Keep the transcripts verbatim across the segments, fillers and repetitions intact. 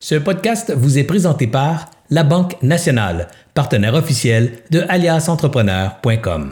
Ce podcast vous est présenté par La Banque Nationale, partenaire officiel de alias entrepreneur point com.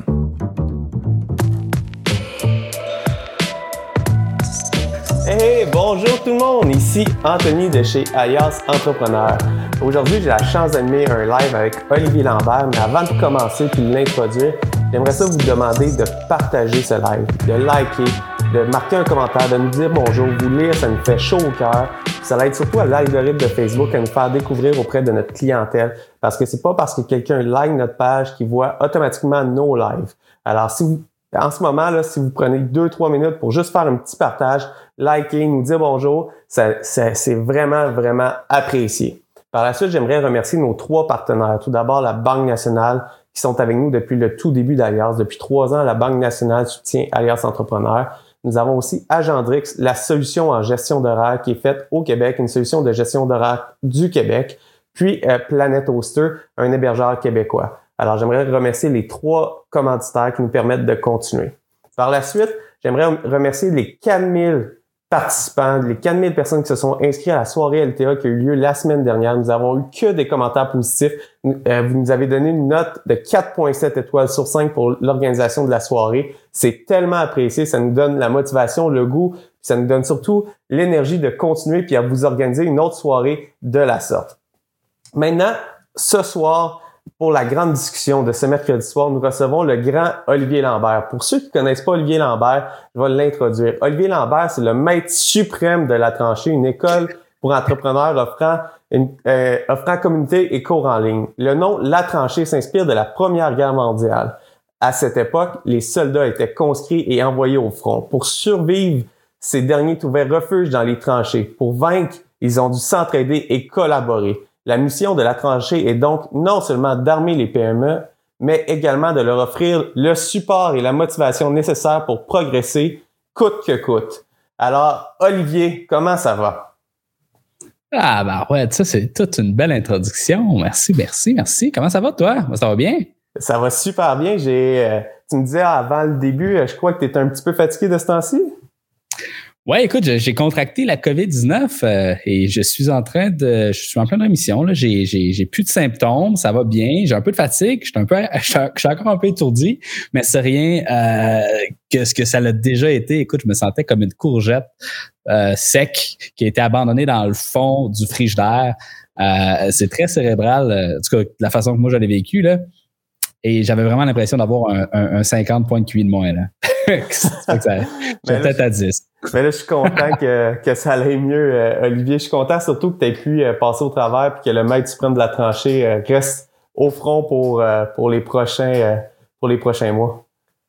Hey, bonjour tout le monde, ici Anthony de chez Alias Entrepreneur. Aujourd'hui, j'ai la chance d'animer un live avec Olivier Lambert, mais avant de commencer et de l'introduire, j'aimerais ça vous demander de partager ce live, de liker, de marquer un commentaire, de nous dire bonjour, vous lire, ça nous fait chaud au cœur. Ça aide surtout à l'algorithme de Facebook à nous faire découvrir auprès de notre clientèle, parce que c'est pas parce que quelqu'un like notre page qu'il voit automatiquement nos lives. Alors, si vous En ce moment, là, si vous prenez deux trois minutes pour juste faire un petit partage, liker, nous dire bonjour, ça, ça, c'est vraiment, vraiment apprécié. Par la suite, j'aimerais remercier nos trois partenaires. Tout d'abord, la Banque Nationale, qui sont avec nous depuis le tout début d'Alias. Depuis trois ans, la Banque Nationale soutient Alias Entrepreneur. Nous avons aussi Agendrix, la solution en gestion d'horaire qui est faite au Québec, une solution de gestion d'horaire du Québec. Puis euh, Planet Hoster, un hébergeur québécois. Alors, j'aimerais remercier les trois commanditaires qui nous permettent de continuer. Par la suite, j'aimerais remercier les quatre mille participants, les quatre mille personnes qui se sont inscrites à la soirée L T A qui a eu lieu la semaine dernière. Nous avons eu que des commentaires positifs. Euh, vous nous avez donné une note de quatre virgule sept étoiles sur cinq pour l'organisation de la soirée. C'est tellement apprécié. Ça nous donne la motivation, le goût. Puis ça nous donne surtout l'énergie de continuer puis à vous organiser une autre soirée de la sorte. Maintenant, ce soir, pour la grande discussion de ce mercredi soir, nous recevons le grand Olivier Lambert. Pour ceux qui ne connaissent pas Olivier Lambert, je vais l'introduire. Olivier Lambert, c'est le maître suprême de la tranchée, une école pour entrepreneurs offrant, une, euh, offrant communauté et cours en ligne. Le nom La Tranchée s'inspire de la Première Guerre mondiale. À cette époque, les soldats étaient conscrits et envoyés au front. Pour survivre, ces derniers trouvaient refuge dans les tranchées. Pour vaincre, ils ont dû s'entraider et collaborer. La mission de la tranchée est donc non seulement d'armer les P M E, mais également de leur offrir le support et la motivation nécessaires pour progresser coûte que coûte. Alors, Olivier, comment ça va? Ah, ben ouais, ça, c'est toute une belle introduction. Merci, merci, merci. Comment ça va, toi? Ça va bien? Ça va super bien. J'ai, euh, tu me disais avant le début, je crois que tu étais un petit peu fatigué de ce temps-ci? Ouais, écoute, j'ai contracté la covid dix-neuf euh, et je suis en train de, je suis en pleine rémission là. J'ai, j'ai, j'ai plus de symptômes, ça va bien. J'ai un peu de fatigue, je suis un peu, je suis encore un peu étourdi, mais c'est rien euh, que ce que ça l'a déjà été. Écoute, je me sentais comme une courgette euh, sec qui a été abandonnée dans le fond du frigidaire. Euh, c'est très cérébral, euh, en tout cas de la façon que moi je l'ai vécu là. Et j'avais vraiment l'impression d'avoir un, un, un cinquante points de Q I de moins là. ça, ça, j'ai peut-être à dix. Mais là, je suis content que, que ça aille mieux, euh, Olivier. Je suis content surtout que tu aies pu euh, passer au travers et que le maître suprême de la tranchée euh, reste au front pour, euh, pour, les prochains, euh, pour les prochains mois.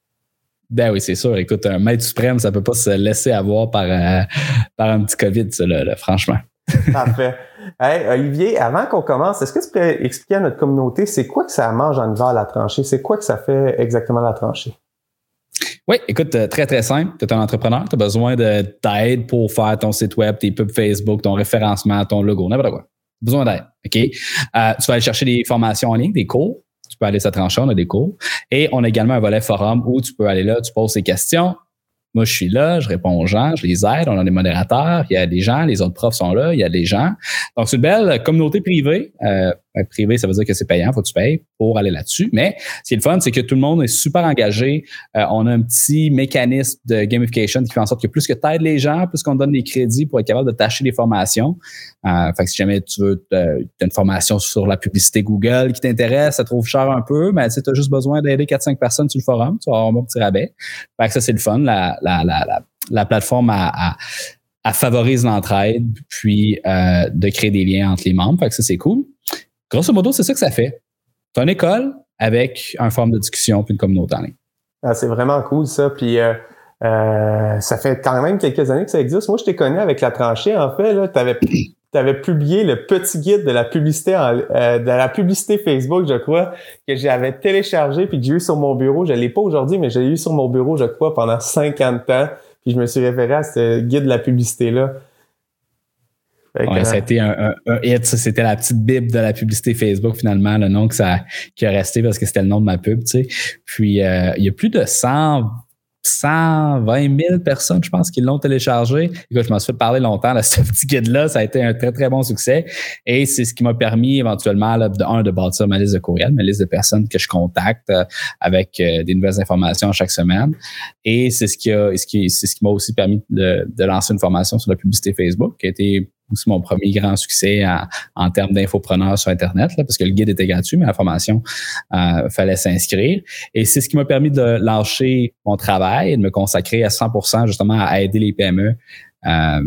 Ben oui, c'est sûr. Écoute, un maître suprême, ça peut pas se laisser avoir par, euh, par un petit COVID, ça, là, là, franchement. Parfait. Hey, Olivier, avant qu'on commence, est-ce que tu pourrais expliquer à notre communauté c'est quoi que ça mange en hiver la tranchée? C'est quoi que ça fait exactement la tranchée? Oui, écoute, très, très simple. Tu es un entrepreneur, tu as besoin de, d'aide pour faire ton site web, tes pubs Facebook, ton référencement, ton logo, n'importe quoi. Besoin d'aide, OK? Euh, tu vas aller chercher des formations en ligne, des cours. Tu peux aller sur Tranchée, on a des cours. Et on a également un volet forum où tu peux aller là, tu poses tes questions. Moi, je suis là, je réponds aux gens, je les aide, on a des modérateurs, il y a des gens, les autres profs sont là, il y a des gens. Donc, c'est une belle communauté privée. Euh, privé, ça veut dire que c'est payant, faut que tu payes pour aller là-dessus. Mais ce qui est le fun, c'est que tout le monde est super engagé. Euh, on a un petit mécanisme de gamification qui fait en sorte que plus que tu aides les gens, plus qu'on donne des crédits pour être capable de t'acheter des formations. Euh, fait que si jamais tu veux, euh, tu as une formation sur la publicité Google qui t'intéresse, ça trouve cher un peu, mais tu as juste besoin d'aider quatre cinq personnes sur le forum, tu vas avoir un bon petit rabais. Fait que ça, c'est le fun. La, la, la, la, la plateforme a, a, a favorise l'entraide, puis euh, de créer des liens entre les membres. Fait que ça, c'est cool. Grosso modo, c'est ça que ça fait. C'est une école avec un forme de discussion puis une communauté en ligne. Ah, c'est vraiment cool, ça. Puis, euh, euh, ça fait quand même quelques années que ça existe. Moi, je t'ai connu avec la tranchée. En fait, là, t'avais, t'avais publié le petit guide de la publicité en, euh, de la publicité Facebook, je crois, que j'avais téléchargé puis que j'ai eu sur mon bureau. Je l'ai pas aujourd'hui, mais je l'ai eu sur mon bureau, je crois, pendant cinquante ans. Puis, je me suis référé à ce guide de la publicité-là. Ouais, ça a été un, un, un hit. C'était la petite bible de la publicité Facebook, finalement, le nom que ça, qui a resté parce que c'était le nom de ma pub, tu sais. Puis, euh, il y a plus de cent cent vingt mille personnes, je pense, qui l'ont téléchargé. Écoute, je m'en suis fait parler longtemps, là, ce petit guide-là. Ça a été un très, très bon succès. Et c'est ce qui m'a permis éventuellement, là, de, un, de bâtir ma liste de courriels, ma liste de personnes que je contacte euh, avec euh, des nouvelles informations chaque semaine. Et c'est ce qui a, ce qui, c'est ce qui m'a aussi permis de, de lancer une formation sur la publicité Facebook, qui a été aussi mon premier grand succès en, en termes d'infopreneurs sur Internet, là, parce que le guide était gratuit, mais la formation, euh, fallait s'inscrire. Et c'est ce qui m'a permis de lâcher mon travail et de me consacrer à cent pour cent justement à aider les P M E euh,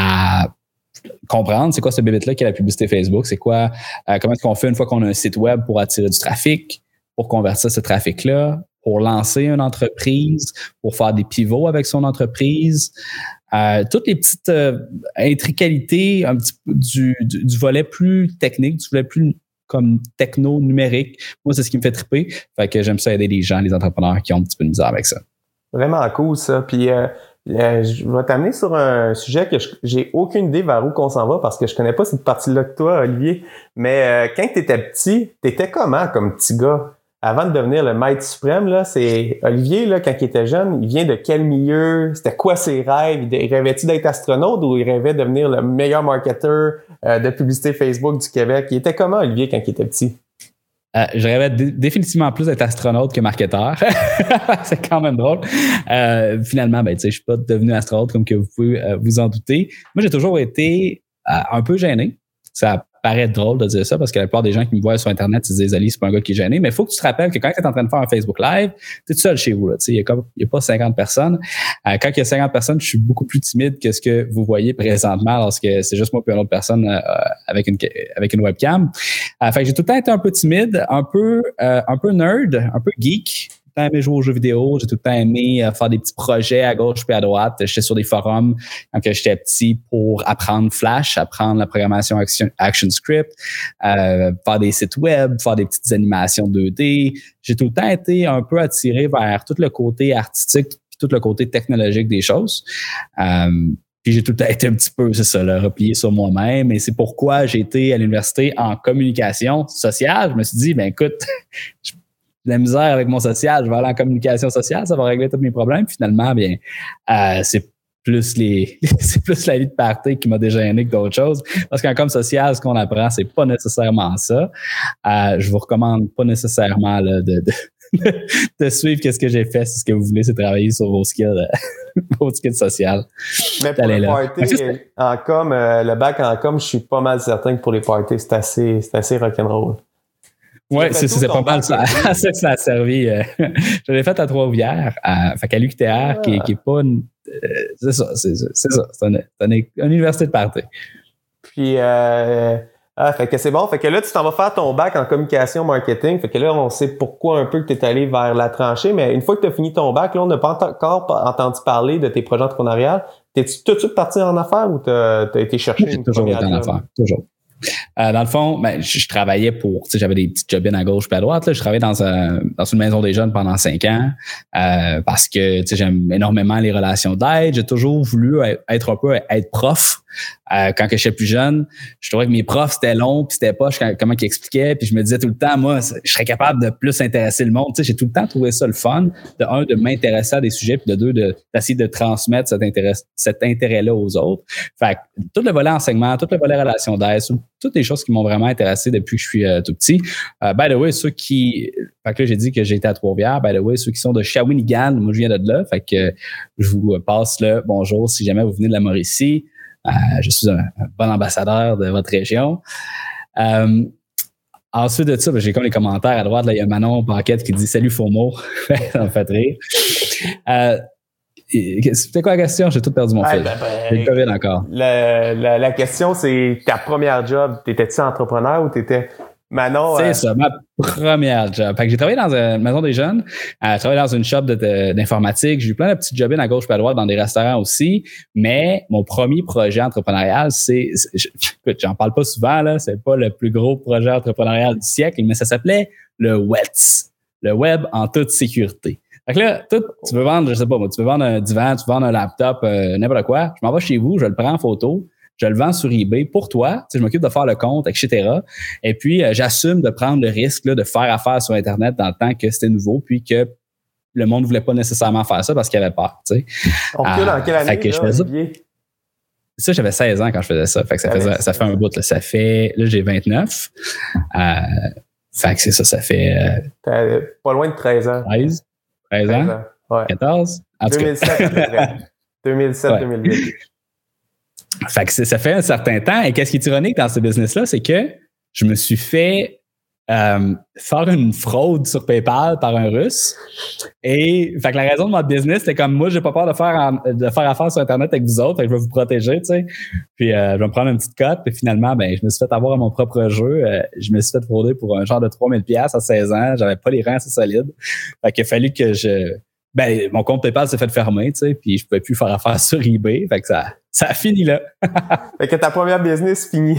à comprendre c'est quoi ce bébé-là qui est la publicité Facebook, c'est quoi, euh, comment est-ce qu'on fait une fois qu'on a un site web pour attirer du trafic, pour convertir ce trafic-là, pour lancer une entreprise, pour faire des pivots avec son entreprise. Euh, toutes les petites euh, intricalités un petit peu du, du, du volet plus technique, du volet plus comme techno, numérique. Moi, c'est ce qui me fait triper. Fait que j'aime ça aider les gens, les entrepreneurs qui ont un petit peu de misère avec ça. Vraiment cool, ça. Puis, euh, euh, je vais t'amener sur un sujet que je, j'ai aucune idée vers où qu'on s'en va parce que je connais pas cette partie-là que toi, Olivier. Mais euh, quand t'étais petit, t'étais comment comme petit gars? Avant de devenir le maître suprême, là, c'est Olivier, là, quand il était jeune, il vient de quel milieu? C'était quoi ses rêves? Il rêvait-tu d'être astronaute ou il rêvait de devenir le meilleur marketeur euh, de publicité Facebook du Québec? Il était comment, Olivier, quand il était petit? Euh, je rêvais d- définitivement plus d'être astronaute que marketeur. C'est quand même drôle. Euh, finalement, ben, tu sais, je suis pas devenu astronaute comme que vous pouvez euh, vous en douter. Moi, j'ai toujours été euh, un peu gêné. Ça paraît drôle de dire ça parce que la plupart des gens qui me voient sur Internet, ils se disent, Ali, c'est pas un gars qui est gêné. Mais il faut que tu te rappelles que quand tu es en train de faire un Facebook Live, tu es tout seul chez vous. Il n'y a, a pas cinquante personnes. Euh, quand il y a cinquante personnes, je suis beaucoup plus timide que ce que vous voyez présentement lorsque c'est juste moi et une autre personne euh, avec une avec une webcam. Euh, fait que j'ai tout le temps été un peu timide, un peu euh, un peu nerd, un peu geek. J'ai tout le temps aimé jouer aux jeux vidéo, j'ai tout le temps aimé euh, faire des petits projets à gauche puis à droite. J'étais sur des forums quand j'étais petit pour apprendre Flash, apprendre la programmation Action, action Script, euh, faire des sites web, faire des petites animations deux D. J'ai tout le temps été un peu attiré vers tout le côté artistique puis tout le côté technologique des choses. Euh, Puis j'ai tout le temps été un petit peu, c'est ça, là, replié sur moi-même. Et c'est pourquoi j'ai été à l'université en communication sociale. Je me suis dit, ben écoute, j'ai de la misère avec mon social, je vais aller en communication sociale, ça va régler tous mes problèmes. Finalement, bien, euh, c'est plus les, c'est plus la vie de party qui m'a dégêné que d'autres choses. Parce qu'en com social, ce qu'on apprend, c'est pas nécessairement ça. Euh, je vous recommande pas nécessairement là, de, de, de suivre qu'est-ce que j'ai fait. Si ce que vous voulez, c'est travailler sur vos skills, vos skills sociales. Mais pour le party, en com, euh, le bac en com, je suis pas mal certain que pour les parties, c'est assez, c'est assez rock'n'roll. Oui, c'est, c'est pas mal ça. À ça que ça a servi. Je l'ai fait à Trois-Rivières, à, fait qu'à l'U Q T R, ah. qui, qui est pas une... Euh, c'est ça, c'est, c'est ça. C'est une, c'est une, une université de party. Puis, euh, ah, fait que c'est bon. Fait que là, tu t'en vas faire ton bac en communication marketing. Fait que là, on sait pourquoi un peu que tu es allé vers la tranchée. Mais une fois que tu as fini ton bac, là, on n'a pas encore entendu parler de tes projets entrepreneuriales. T'es-tu tout de suite parti en affaires ou t'as, t'as été chercher J'ai une toujours première été en affaires, toujours. Euh, dans le fond, ben, je, je travaillais pour, tu sais, j'avais des petites jobines à gauche puis à droite. Là. Je travaillais dans, un, dans une maison des jeunes pendant cinq ans euh, parce que, tu sais, j'aime énormément les relations d'aide. J'ai toujours voulu être un peu être prof. Euh, quand que j'étais plus jeune, je trouvais que mes profs c'était long puis c'était pas comment ils expliquaient puis je me disais tout le temps moi je serais capable de plus intéresser le monde, tu sais, j'ai tout le temps trouvé ça le fun de un de m'intéresser à des sujets puis de deux de d'essayer de transmettre cet intérêt cet intérêt-là aux autres. Fait que tout le volet enseignement, tout le volet relations d'aide, toutes les choses qui m'ont vraiment intéressé depuis que je suis euh, tout petit. Euh, by the way, ceux qui fait que là j'ai dit que j'étais à Trois-Rivières, by the way, ceux qui sont de Shawinigan, moi je viens de là, fait que euh, je vous passe le bonjour si jamais vous venez de la Mauricie. Euh, je suis un, un bon ambassadeur de votre région. Euh, ensuite de ça, ben, j'ai comme les commentaires à droite. Là, il y a Manon Paquette qui dit « Salut Fomo ». Ça me fait rire. Euh, c'était quoi la question? J'ai tout perdu mon fil. Ben, ben, j'ai le COVID encore. La, la, la question, c'est ta première job. T'étais-tu entrepreneur ou t'étais... Manon, c'est euh... ça, ma première job. Fait que j'ai travaillé dans une maison des jeunes, euh, j'ai travaillé dans une shop de, de, d'informatique, j'ai eu plein de petites jobines à gauche et à droite dans des restaurants aussi, mais mon premier projet entrepreneurial, c'est, c'est je, écoute, j'en parle pas souvent, là, c'est pas le plus gros projet entrepreneurial du siècle, mais ça s'appelait le W E T S, le Web en toute sécurité. Fait que là, tout, tu veux vendre, je sais pas moi, tu veux vendre un divan, tu veux vendre un laptop, euh, n'importe quoi, je m'en vais chez vous, je le prends en photo, je le vends sur eBay pour toi, tu sais, je m'occupe de faire le compte, et cetera. Et puis, euh, j'assume de prendre le risque là, de faire affaire sur Internet dans le temps que c'était nouveau, puis que le monde voulait pas nécessairement faire ça parce qu'il avait peur, tu sais. On recule euh, en quelle année, là, Olivier? Ça, j'avais seize ans quand je faisais ça. Fait que ça, faisait, ça fait un bout. Là. Ça fait... Là, j'ai vingt-neuf. Euh, fait que c'est ça, ça fait... Euh, T'as pas loin de treize ans. treize, treize ans. treize ans. Ouais. quatorze. En deux mille sept à peu près. deux mille sept deux mille huit. Fait que ça fait un certain temps. Et qu'est-ce qui est ironique dans ce business-là, c'est que je me suis fait euh, faire une fraude sur PayPal par un Russe. Et fait que la raison de mon business, c'était comme moi, j'ai pas peur de faire en, de faire affaire sur Internet avec vous autres. Fait que je vais vous protéger, tu sais. Puis euh, je vais me prendre une petite cote. Puis finalement, ben, je me suis fait avoir à mon propre jeu. Euh, je me suis fait frauder pour un genre de trois mille dollars à seize ans. J'avais pas les reins assez solides. Fait qu'il a fallu que je... Ben, mon compte PayPal s'est fait fermer, tu sais, puis je pouvais plus faire affaire sur eBay. Fait que ça, ça a fini là. Fait que ta première business finie.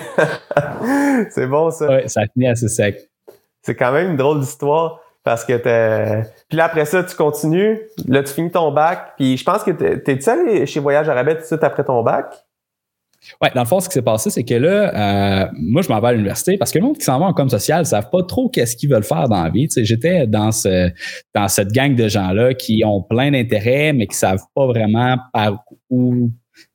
C'est bon, ça. Oui, ça a fini assez sec. C'est quand même une drôle d'histoire parce que t'es... Puis là, après ça, tu continues. Là, tu finis ton bac. Puis je pense que t'es... T'es-tu allé chez Voyage à rabais tout de suite après ton bac? Ouais, dans le fond, ce qui s'est passé, c'est que là, euh, moi, je m'en vais à l'université parce que le monde qui s'en va en com social ne savent pas trop qu'est-ce qu'ils veulent faire dans la vie. Tu sais, j'étais dans ce, dans cette gang de gens-là qui ont plein d'intérêts, mais qui savent pas vraiment par où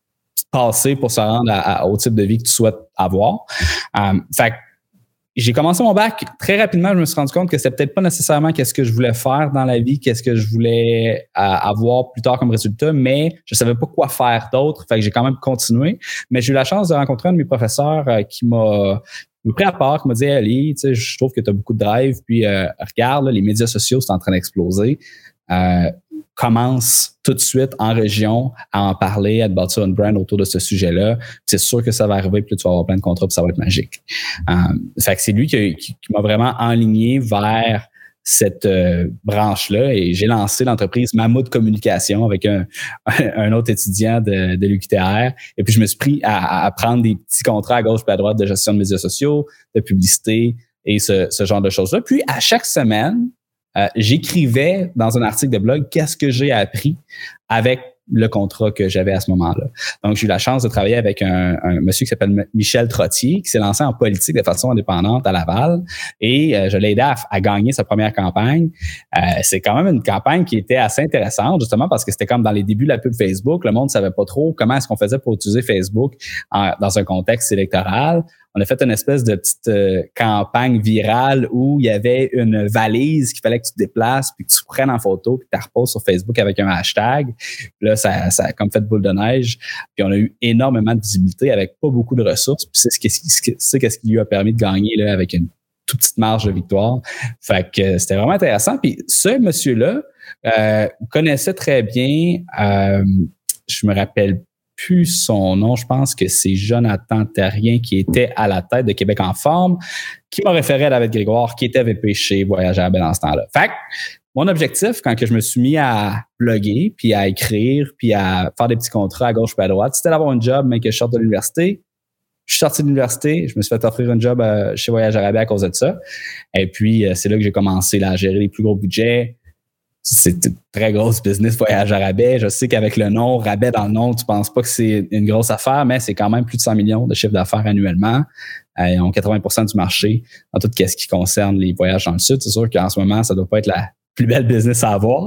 passer pour se rendre à, à, au type de vie que tu souhaites avoir. Euh, fait que j'ai commencé mon bac très rapidement. Je me suis rendu compte que c'était peut-être pas nécessairement qu'est-ce que je voulais faire dans la vie, qu'est-ce que je voulais euh, avoir plus tard comme résultat, mais je savais pas quoi faire d'autre. Fait que j'ai quand même continué. Mais j'ai eu la chance de rencontrer un de mes professeurs euh, qui m'a pris à part, qui m'a dit hey, Ali, tu sais, je trouve que tu as beaucoup de drive, puis euh, regarde, là, les médias sociaux sont en train d'exploser. Euh, commence tout de suite en région à en parler, à te bâtir une brand autour de ce sujet-là. C'est sûr que ça va arriver, puis tu vas avoir plein de contrats, puis ça va être magique. Euh, fait que c'est lui qui, qui, qui m'a vraiment enligné vers cette euh, branche-là et j'ai lancé l'entreprise Mammouth Communication avec un, un autre étudiant de, de l'U Q T R. Et puis, je me suis pris à, à prendre des petits contrats à gauche et à droite de gestion de médias sociaux, de publicité et ce, ce genre de choses-là. Puis, à chaque semaine, Euh, j'écrivais dans un article de blog qu'est-ce que j'ai appris avec le contrat que j'avais à ce moment-là. Donc, j'ai eu la chance de travailler avec un, un monsieur qui s'appelle Michel Trottier, qui s'est lancé en politique de façon indépendante à Laval. Et euh, je l'ai aidé à, à gagner sa première campagne. Euh, c'est quand même une campagne qui était assez intéressante, justement, parce que c'était comme dans les débuts de la pub Facebook. Le monde ne savait pas trop comment est-ce qu'on faisait pour utiliser Facebook en, dans un contexte électoral. On a fait une espèce de petite euh, campagne virale où il y avait une valise qu'il fallait que tu te déplaces, puis que tu prennes en photo, puis que tu la reposes sur Facebook avec un hashtag. Puis là, ça, ça a comme fait boule de neige. Puis on a eu énormément de visibilité avec pas beaucoup de ressources. Puis c'est ce qui, c'est ce qui lui a permis de gagner là, avec une toute petite marge de victoire. Fait que c'était vraiment intéressant. Puis ce monsieur-là euh, connaissait très bien, euh, je me rappelle plus son nom, je pense que c'est Jonathan Terrien qui était à la tête de Québec en forme, qui m'a référé à David Grégoire, qui était V P chez Voyage à rabais dans ce temps-là. Fait que mon objectif, quand que je me suis mis à bloguer, puis à écrire, puis à faire des petits contrats à gauche et à droite, c'était d'avoir un job, mais que je sorte de l'université. Je suis sorti de l'université, je me suis fait offrir un job euh, chez Voyage à rabais à cause de ça. Et puis, euh, c'est là que j'ai commencé là, à gérer les plus gros budgets. C'est une très grosse business, Voyage à rabais. Je sais qu'avec le nom, rabais dans le nom, tu penses pas que c'est une grosse affaire, mais c'est quand même plus de cent millions de chiffre d'affaires annuellement. Euh, ils ont quatre-vingts pour cent du marché en tout ce qui concerne les voyages dans le Sud. C'est sûr qu'en ce moment, ça doit pas être la plus belle business à avoir.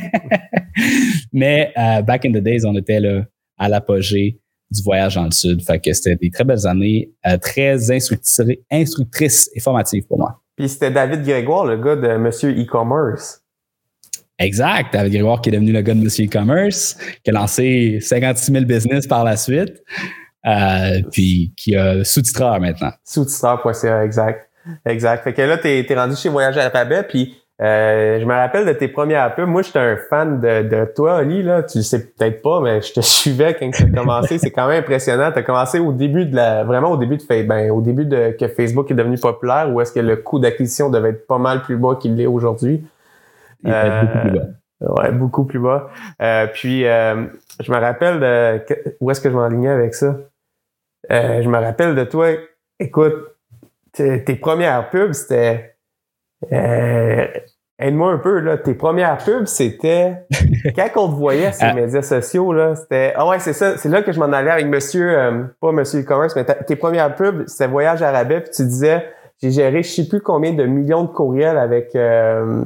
Mais euh, back in the days, on était là à l'apogée du voyage dans le Sud. Fait que c'était des très belles années, euh, très instructrices, instructrices et formatives pour moi. Puis c'était David Grégoire, le gars de Monsieur E-Commerce. Exact. David Grégoire qui est devenu le gars de Monsieur E-Commerce, qui a lancé cinquante-six mille business par la suite, euh, puis qui a sous-titreur maintenant. Sous-titreur point C A, exact. Exact. Fait que là, t'es, t'es rendu chez Voyage à rabais, puis euh, je me rappelle de tes premières pubs. Moi, j'étais un fan de, de toi, Oli, là. Tu le sais peut-être pas, mais je te suivais quand tu as commencé. C'est quand même impressionnant. Tu as commencé au début de la, vraiment au début de Facebook, ben, au début de, que Facebook est devenu populaire, où est-ce que le coût d'acquisition devait être pas mal plus bas qu'il l'est aujourd'hui. Il est euh, beaucoup plus bas. Ouais, beaucoup plus bas. Euh, puis, euh, je me rappelle de... Où est-ce que je m'enlignais avec ça? Euh, je me rappelle de toi. Écoute, tes, tes premières pubs, c'était... Euh, aide-moi un peu, là. Tes premières pubs, c'était... Quand on te voyait sur les médias sociaux, là, c'était... Ah ouais, c'est ça. C'est là que je m'en allais avec monsieur... Euh, pas monsieur e-commerce, mais tes premières pubs, c'était Voyage à rabais, puis tu disais... J'ai géré je sais plus combien de millions de courriels avec... Euh,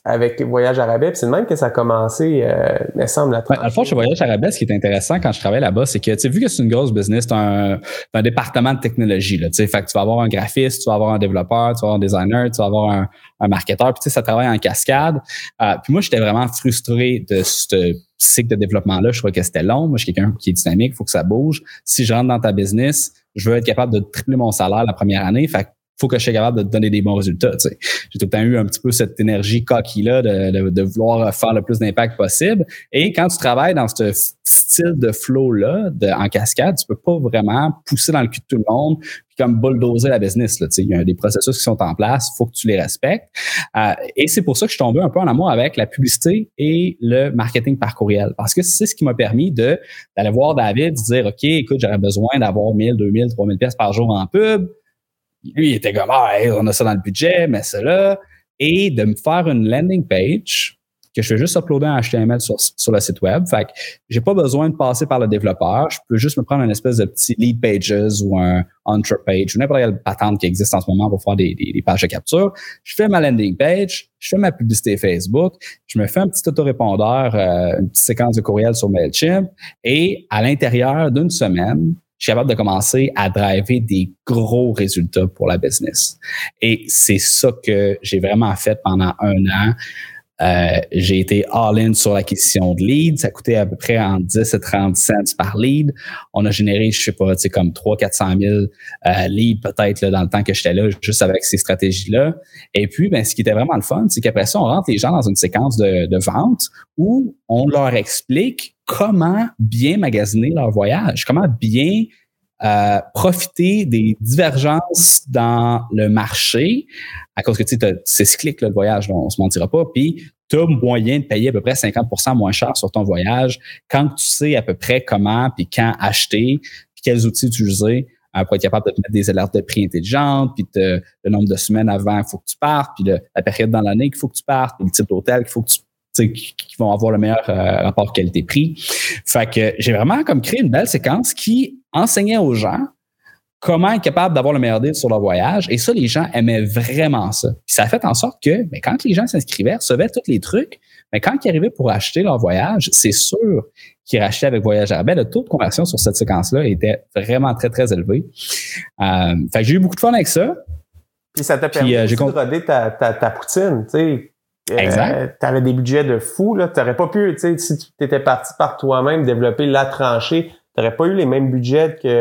avec Voyage à rabais, puis c'est de même que ça a commencé, euh, me semble, la ouais, à le fond, chez Voyage à rabais, ce qui est intéressant quand je travaille là-bas, c'est que, tu sais, vu que c'est une grosse business, tu as un, un département de technologie, là, tu sais, fait que tu vas avoir un graphiste, tu vas avoir un développeur, tu vas avoir un designer, tu vas avoir un, un marketeur, puis tu sais, ça travaille en cascade. Euh, puis moi, j'étais vraiment frustré de ce cycle de développement-là. Je trouvais que c'était long. Moi, je suis quelqu'un qui est dynamique, il faut que ça bouge. Si je rentre dans ta business, je veux être capable de tripler mon salaire la première année, fait que faut que je sois capable de te donner des bons résultats. Tu sais. J'ai tout le temps eu un petit peu cette énergie cocky-là de, de, de vouloir faire le plus d'impact possible. Et quand tu travailles dans ce style de flow-là, de, en cascade, tu peux pas vraiment pousser dans le cul de tout le monde puis comme bulldozer la business. Là, tu sais. Il y a des processus qui sont en place, il faut que tu les respectes. Euh, et c'est pour ça que je suis tombé un peu en amour avec la publicité et le marketing par courriel. Parce que c'est ce qui m'a permis de d'aller voir David, de dire, OK, écoute, j'aurais besoin d'avoir mille, deux mille, trois mille pièces par jour en pub. Lui, il était comme, ah, hey, on a ça dans le budget, mais ça là. Et de me faire une landing page que je fais juste uploader en H T M L sur, sur le site web. Fait que j'ai pas besoin de passer par le développeur. Je peux juste me prendre une espèce de petit lead pages ou un entre page ou n'importe quelle patente qui existe en ce moment pour faire des, des, des pages de capture. Je fais ma landing page, je fais ma publicité Facebook, je me fais un petit autorépondeur, euh, une petite séquence de courriel sur MailChimp et à l'intérieur d'une semaine, je suis capable de commencer à driver des gros résultats pour la business. Et c'est ça que j'ai vraiment fait pendant un an. Euh, j'ai été all-in sur l'acquisition de leads. Ça coûtait à peu près entre dix et trente cents par lead. On a généré, je sais pas, tu sais, comme trois cents à quatre cent mille euh, leads peut-être là, dans le temps que j'étais là, juste avec ces stratégies-là. Et puis, ben, ce qui était vraiment le fun, c'est qu'après ça, on rentre les gens dans une séquence de, de vente où on leur explique comment bien magasiner leur voyage, comment bien euh, profiter des divergences dans le marché, à cause que tu sais, c'est cyclique là, le voyage, là, on se mentira pas, puis tu as moyen de payer à peu près cinquante pour cent moins cher sur ton voyage quand tu sais à peu près comment puis quand acheter, puis quels outils utiliser euh, pour être capable de te mettre des alertes de prix intelligentes, puis te, le nombre de semaines avant qu'il faut que tu partes, puis le, la période dans l'année qu'il faut que tu partes, puis le type d'hôtel qu'il faut que tu qui vont avoir le meilleur euh, rapport qualité-prix. Fait que j'ai vraiment comme créé une belle séquence qui enseignait aux gens comment être capable d'avoir le meilleur deal sur leur voyage. Et ça, les gens aimaient vraiment ça. Puis ça a fait en sorte que ben, quand les gens s'inscrivaient, recevaient tous les trucs, mais quand ils arrivaient pour acheter leur voyage, c'est sûr qu'ils rachetaient avec Voyage à rabais. Le taux de conversion sur cette séquence-là était vraiment très, très élevé. Euh, fait que j'ai eu beaucoup de fun avec ça. Puis ça t'a permis Puis, euh, j'ai de roder ta, ta, ta poutine, tu sais. Exact. Euh, tu avais des budgets de fou, là. Tu n'aurais pas pu, tu sais, si tu étais parti par toi-même développer la tranchée, tu n'aurais pas eu les mêmes budgets que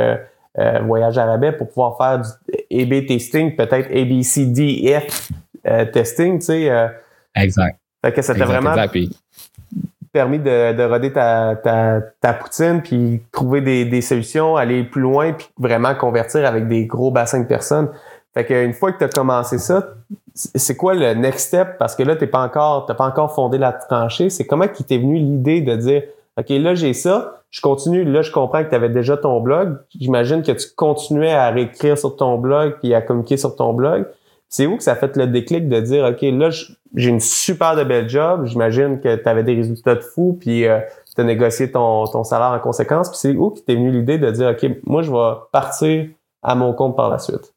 euh, Voyage à rabais pour pouvoir faire du A B testing, peut-être A B C D F euh, testing, tu sais. Euh. Exact. Fait que ça t'a vraiment exact, puis... permis de, de roder ta, ta, ta poutine, puis trouver des, des solutions, aller plus loin, puis vraiment convertir avec des gros bassins de personnes. Fait qu'une fois que tu as commencé ça, c'est quoi le next step? Parce que là, t'es pas encore, t'as pas encore fondé la tranchée. C'est comment qu'il t'est venu l'idée de dire, OK, là, j'ai ça, je continue. Là, je comprends que tu avais déjà ton blog. J'imagine que tu continuais à réécrire sur ton blog puis à communiquer sur ton blog. C'est où que ça a fait le déclic de dire, OK, là, j'ai une super de belle job. J'imagine que tu avais des résultats de fou puis euh, tu as négocié ton, ton salaire en conséquence. Puis c'est où que t'es venu l'idée de dire, OK, moi, je vais partir à mon compte par la suite?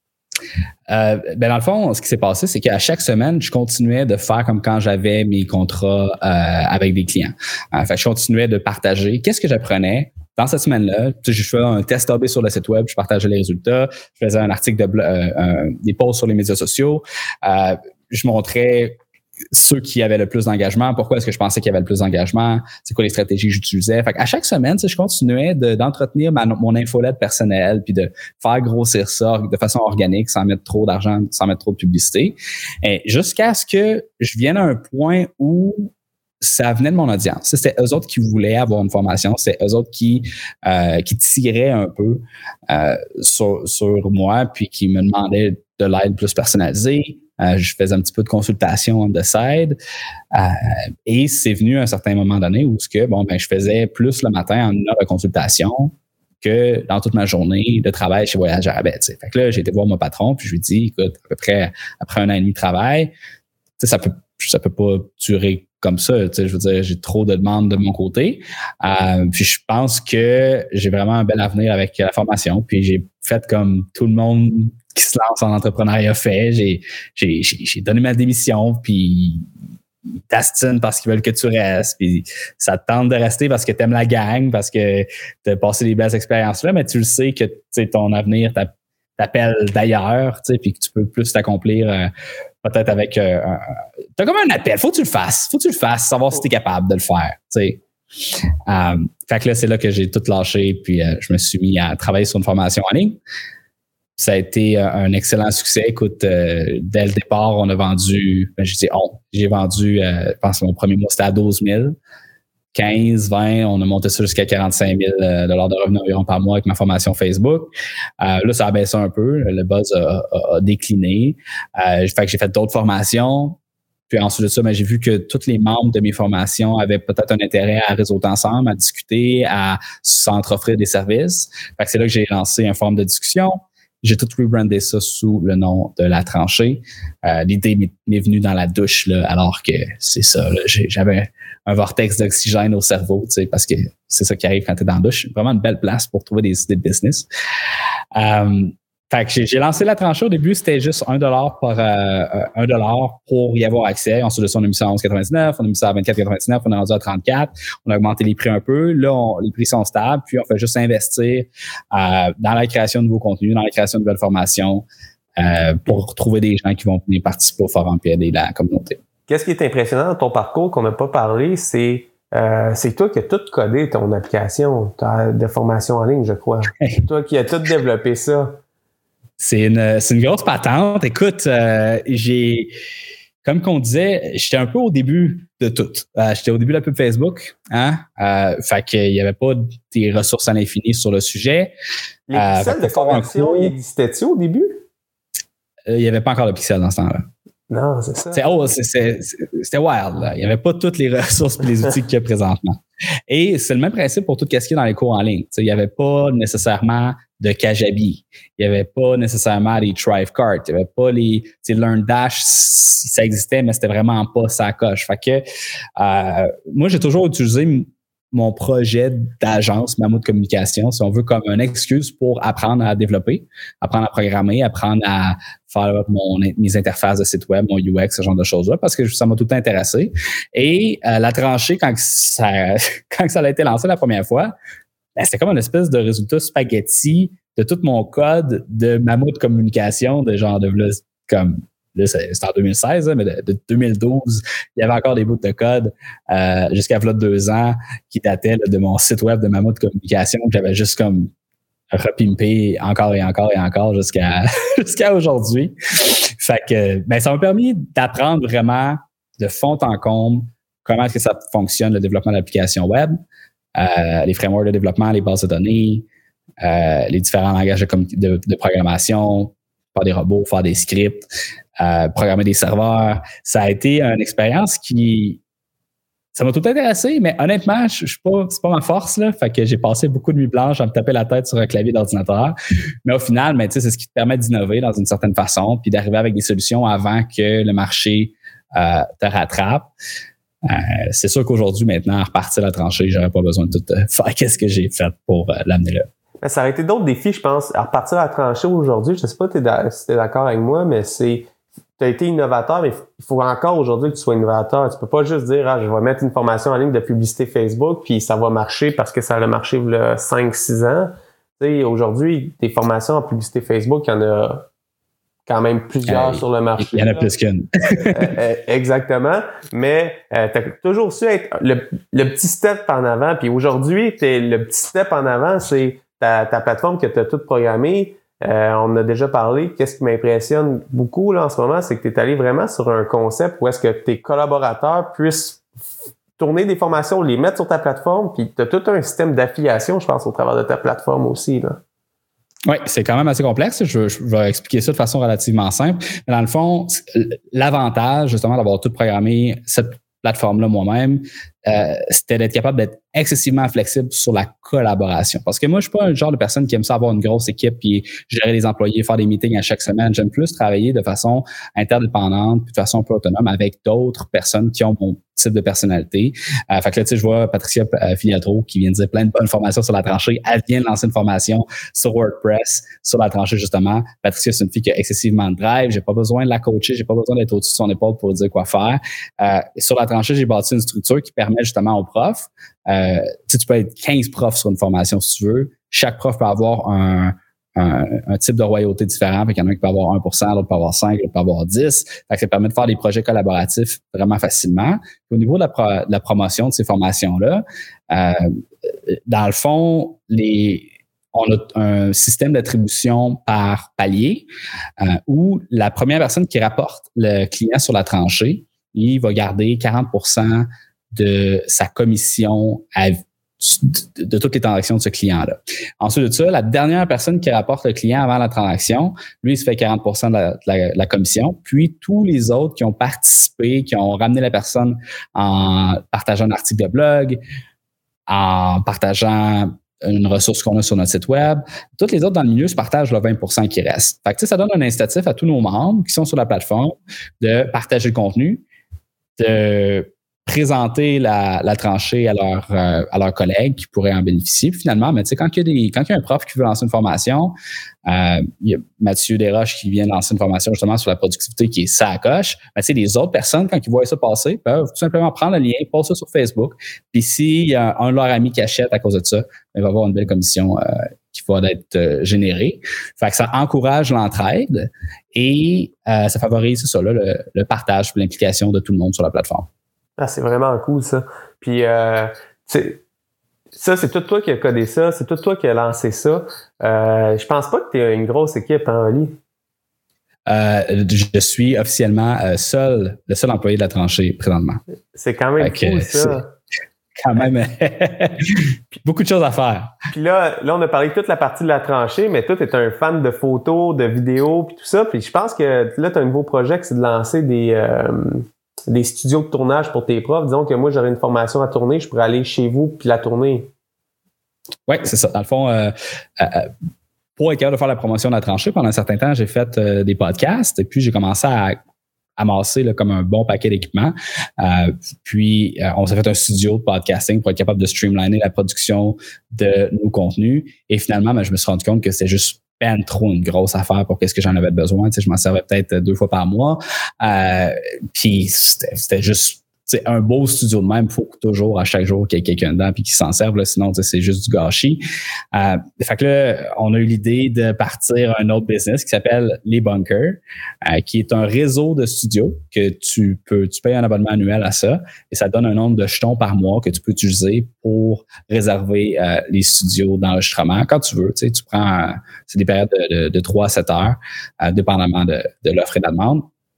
Euh, ben dans le fond, ce qui s'est passé, c'est qu'à chaque semaine, je continuais de faire comme quand j'avais mes contrats euh, avec des clients. Euh, fait que je continuais de partager qu'est-ce que j'apprenais dans cette semaine-là. Tu sais, je faisais un test A B sur le site web, je partageais les résultats, je faisais un article de blog, euh, euh, des posts sur les médias sociaux, euh, je montrais ceux qui avaient le plus d'engagement, pourquoi est-ce que je pensais qu'il y avait le plus d'engagement, c'est quoi les stratégies que j'utilisais. Fait qu'à chaque semaine, tu sais, je continuais de, d'entretenir ma, mon infolette personnelle puis de faire grossir ça de façon organique sans mettre trop d'argent, sans mettre trop de publicité. Et jusqu'à ce que je vienne à un point où ça venait de mon audience. C'était eux autres qui voulaient avoir une formation, c'était eux autres qui euh, qui tiraient un peu euh, sur, sur moi puis qui me demandaient de l'aide plus personnalisée. Euh, je faisais un petit peu de consultation on the side euh, et c'est venu à un certain moment donné où ce que bon ben je faisais plus le matin en une heure de consultation que dans toute ma journée de travail chez Voyage à rabais. T'sais. Fait que là j'ai été voir mon patron puis je lui ai dit écoute à peu près après un an et demi de travail ça peut ça peut pas durer comme ça. Je veux dire j'ai trop de demandes de mon côté euh, puis je pense que j'ai vraiment un bel avenir avec la formation puis j'ai fait comme tout le monde qui se lance en entrepreneuriat fait. J'ai, j'ai, j'ai, j'ai donné ma démission, puis ils t'astinent parce qu'ils veulent que tu restes, puis ça te tente de rester parce que t'aimes la gang, parce que t'as passé des belles expériences-là, mais tu le sais que ton avenir t'appelle d'ailleurs, puis que tu peux plus t'accomplir euh, peut-être avec... Euh, un, t'as comme un appel, faut que tu le fasses, faut que tu le fasses, savoir si t'es capable de le faire, tu sais. Um, fait que là, c'est là que j'ai tout lâché, puis euh, je me suis mis à travailler sur une formation en ligne. Ça a été un excellent succès. Écoute, euh, dès le départ, on a vendu, ben, je dis on, j'ai vendu, euh, je pense que mon premier mois, c'était à douze mille. quinze, vingt, on a monté ça jusqu'à quarante-cinq mille dollars de revenus environ par mois avec ma formation Facebook. Euh, là, ça a baissé un peu. Le buzz a, a, a décliné. Euh, fait que j'ai fait d'autres formations. Puis ensuite de ça, ben, j'ai vu que tous les membres de mes formations avaient peut-être un intérêt à réseauter ensemble, à discuter, à s'entre-offrir des services. Fait que c'est là que j'ai lancé un forum de discussion. J'ai tout rebrandé ça sous le nom de La Tranchée. Euh, l'idée m'est, m'est venue dans la douche, là, alors que c'est ça. Là, j'ai, j'avais un vortex d'oxygène au cerveau, tu sais, parce que c'est ça qui arrive quand tu es dans la douche. Vraiment une belle place pour trouver des idées de business. Euh, fait que j'ai, j'ai lancé La Tranchée. Au début, c'était juste un dollar par euh, un dollar pour y avoir accès. Ensuite de ça, on a mis ça à onze quatre-vingt-dix-neuf, on a mis ça à vingt-quatre quatre-vingt-dix-neuf, on est rendu à trente-quatre. On a augmenté les prix un peu. Là, on, les prix sont stables. Puis, on fait juste investir euh, dans la création de nouveaux contenus, dans la création de nouvelles formations euh, pour trouver des gens qui vont venir participer au forum et aider la communauté. Qu'est-ce qui est impressionnant dans ton parcours qu'on n'a pas parlé, c'est euh, c'est toi qui as tout codé ton application de formation en ligne, je crois. C'est toi qui as tout développé ça. C'est une, c'est une grosse patente. Écoute, euh, j'ai, comme qu'on disait, j'étais un peu au début de tout. Euh, j'étais au début de la pub Facebook, hein. Euh, fait qu'il n'y avait pas des ressources à l'infini sur le sujet. Les euh, pixels de conversion, ils existaient-tu au début? Euh, il n'y avait pas encore de pixels dans ce temps-là. Non, c'est ça. C'est, oh, c'est, c'est, c'était wild, là. Il n'y avait pas toutes les ressources et les outils qu'il y a présentement. Et c'est le même principe pour tout ce qui est dans les cours en ligne. T'sais, il n'y avait pas nécessairement de Kajabi. Il n'y avait pas nécessairement les Thrivecart. Il n'y avait pas les LearnDash. Ça existait, mais c'était vraiment pas sa coche. Fait que euh, moi, j'ai toujours utilisé mon projet d'agence Mammouth Communication, si on veut, comme une excuse pour apprendre à développer, apprendre à programmer, apprendre à faire mon, mes interfaces de site web, mon U X, ce genre de choses-là, parce que ça m'a tout le temps intéressé. Et euh, La Tranchée, quand ça, quand ça a été lancé la première fois, ben, c'était comme une espèce de résultat spaghetti de tout mon code de Mammouth Communication, de genre de comme là, c'est en deux mille seize, mais de, de deux mille douze, il y avait encore des bouts de code euh, jusqu'à là, deux ans qui dataient là, de mon site web de Mammouth Communication que j'avais juste comme repimpé encore et encore et encore jusqu'à jusqu'à aujourd'hui. Fait que ben, ça m'a permis d'apprendre vraiment de fond en comble comment est-ce que ça fonctionne, le développement d'applications web, euh, les frameworks de développement, les bases de données, euh, les différents langages de, de, de programmation, faire des robots, faire des scripts, euh, programmer des serveurs. Ça a été une expérience qui... Ça m'a tout intéressé, mais honnêtement, je, je suis pas, c'est pas ma force, là. Fait que j'ai passé beaucoup de nuits blanches à me taper la tête sur un clavier d'ordinateur. Mais au final, mais tu sais, c'est ce qui te permet d'innover dans une certaine façon, puis d'arriver avec des solutions avant que le marché euh, te rattrape. Euh, c'est sûr qu'aujourd'hui, maintenant, à repartir la tranchée, j'aurais pas besoin de tout euh, faire qu'est-ce que j'ai fait pour euh, l'amener là. Mais ça aurait été d'autres défis, je pense, à repartir à la tranchée aujourd'hui. Je sais pas si t'es d'accord avec moi, mais c'est... Tu as été innovateur, mais il faut encore aujourd'hui que tu sois innovateur. Tu peux pas juste dire, ah, je vais mettre une formation en ligne de publicité Facebook, puis ça va marcher parce que ça a marché il y a cinq six ans. Tu sais, aujourd'hui, des formations en publicité Facebook, il y en a quand même plusieurs euh, sur le marché. Il y en a là. Plus qu'une. euh, exactement. Mais euh, tu as toujours su être le, le petit step en avant. Puis aujourd'hui, t'es, le petit step en avant, c'est ta, ta plateforme que tu as toute programmée. Euh, on a déjà parlé. Qu'est-ce qui m'impressionne beaucoup là en ce moment, c'est que tu es allé vraiment sur un concept où est-ce que tes collaborateurs puissent tourner des formations, les mettre sur ta plateforme, puis tu as tout un système d'affiliation, je pense, au travers de ta plateforme aussi, là. Oui, c'est quand même assez complexe. Je, je vais expliquer ça de façon relativement simple. Mais dans le fond, l'avantage, justement, d'avoir tout programmé cette plateforme-là moi-même, euh, c'était d'être capable d'être excessivement flexible sur la collaboration. Parce que moi, je suis pas un genre de personne qui aime ça avoir une grosse équipe puis gérer les employés, faire des meetings à chaque semaine. J'aime plus travailler de façon interdépendante puis de façon un peu autonome avec d'autres personnes qui ont mon type de personnalité. Euh, fait que là, tu sais, je vois Patricia euh, Filiatro qui vient de dire plein de bonnes formations sur la tranchée. Elle vient de lancer une formation sur WordPress, sur la tranchée, justement. Patricia, c'est une fille qui a excessivement de drive. J'ai pas besoin de la coacher. J'ai pas besoin d'être au-dessus de son épaule pour dire quoi faire. Euh, sur la tranchée, j'ai bâti une structure qui permet justement aux profs. Euh, tu sais, tu peux être quinze profs sur une formation si tu veux. Chaque prof peut avoir un Un, un type de royauté différent. Fait qu'il y en a un qui peut avoir un pour cent, l'autre peut avoir cinq, l'autre peut avoir dix. Fait que ça permet de faire des projets collaboratifs vraiment facilement. Puis au niveau de la, pro, de la promotion de ces formations-là, euh, dans le fond, les, on a un système d'attribution par palier euh, où la première personne qui rapporte le client sur la tranchée, il va garder quarante pour cent de sa commission à De, de toutes les transactions de ce client-là. Ensuite de ça, la dernière personne qui rapporte le client avant la transaction, lui, il se fait quarante pour cent de la, de la, de la commission. Puis, tous les autres qui ont participé, qui ont ramené la personne en partageant un article de blog, en partageant une ressource qu'on a sur notre site web, toutes les autres dans le milieu se partagent le vingt pour cent qui reste. Fait que, tu sais, ça donne un incitatif à tous nos membres qui sont sur la plateforme de partager le contenu, de présenter la, la tranchée à leurs euh, à leurs collègues qui pourraient en bénéficier. Puis finalement, mais tu sais, quand il y a des, quand il y a un prof qui veut lancer une formation, euh, il y a Mathieu Desroches qui vient lancer une formation justement sur la productivité qui est ça à coche. Mais tu sais, les autres personnes, quand ils voient ça passer, peuvent tout simplement prendre le lien, poster ça sur Facebook. Puis s'il y a un de leurs amis qui achète à cause de ça, il va avoir une belle commission euh, qui va être euh, générée. Fait que ça encourage l'entraide et euh, ça favorise c'est ça, là, le, le partage et l'implication de tout le monde sur la plateforme. Ah, c'est vraiment cool, ça. Puis, euh, c'est, ça, c'est tout toi qui as codé ça, c'est tout toi qui as lancé ça. Euh, je pense pas que tu es une grosse équipe, hein, Oli? Euh, je suis officiellement euh, seul, le seul employé de la tranchée présentement. C'est quand même fait cool, ça. Quand même beaucoup de choses à faire. Puis là, là, on a parlé de toute la partie de la tranchée, mais toi, tu es un fan de photos, de vidéos, puis tout ça. Puis je pense que là, tu as un nouveau projet, c'est de lancer des... Euh, des studios de tournage pour tes profs. Disons que moi, j'aurais une formation à tourner, je pourrais aller chez vous puis la tourner. Oui, c'est ça. Dans le fond, euh, euh, pour être capable de faire la promotion de la tranchée, pendant un certain temps, j'ai fait euh, des podcasts et puis j'ai commencé à amasser là, comme un bon paquet d'équipements. Euh, puis, euh, on s'est fait un studio de podcasting pour être capable de streamliner la production de nos contenus. Et finalement, ben, je me suis rendu compte que c'était juste ben trop une grosse affaire pour qu'est-ce que j'en avais besoin. Tu sais, je m'en servais peut-être deux fois par mois. Euh, puis c'était, c'était juste tu sais, un beau studio de même. Il faut toujours, à chaque jour, qu'il y ait quelqu'un dedans puis qui s'en serve. Là, sinon, tu sais, c'est juste du gâchis. Euh, fait que là, on a eu l'idée de partir un autre business qui s'appelle Les Bunkers, euh, qui est un réseau de studios que tu peux, tu payes un abonnement annuel à ça et ça donne un nombre de jetons par mois que tu peux utiliser pour réserver euh, les studios d'enregistrement quand tu veux. Tu sais, tu prends, euh, c'est des périodes de, de, de trois à sept heures, euh, dépendamment de, de l'offre et de la demande.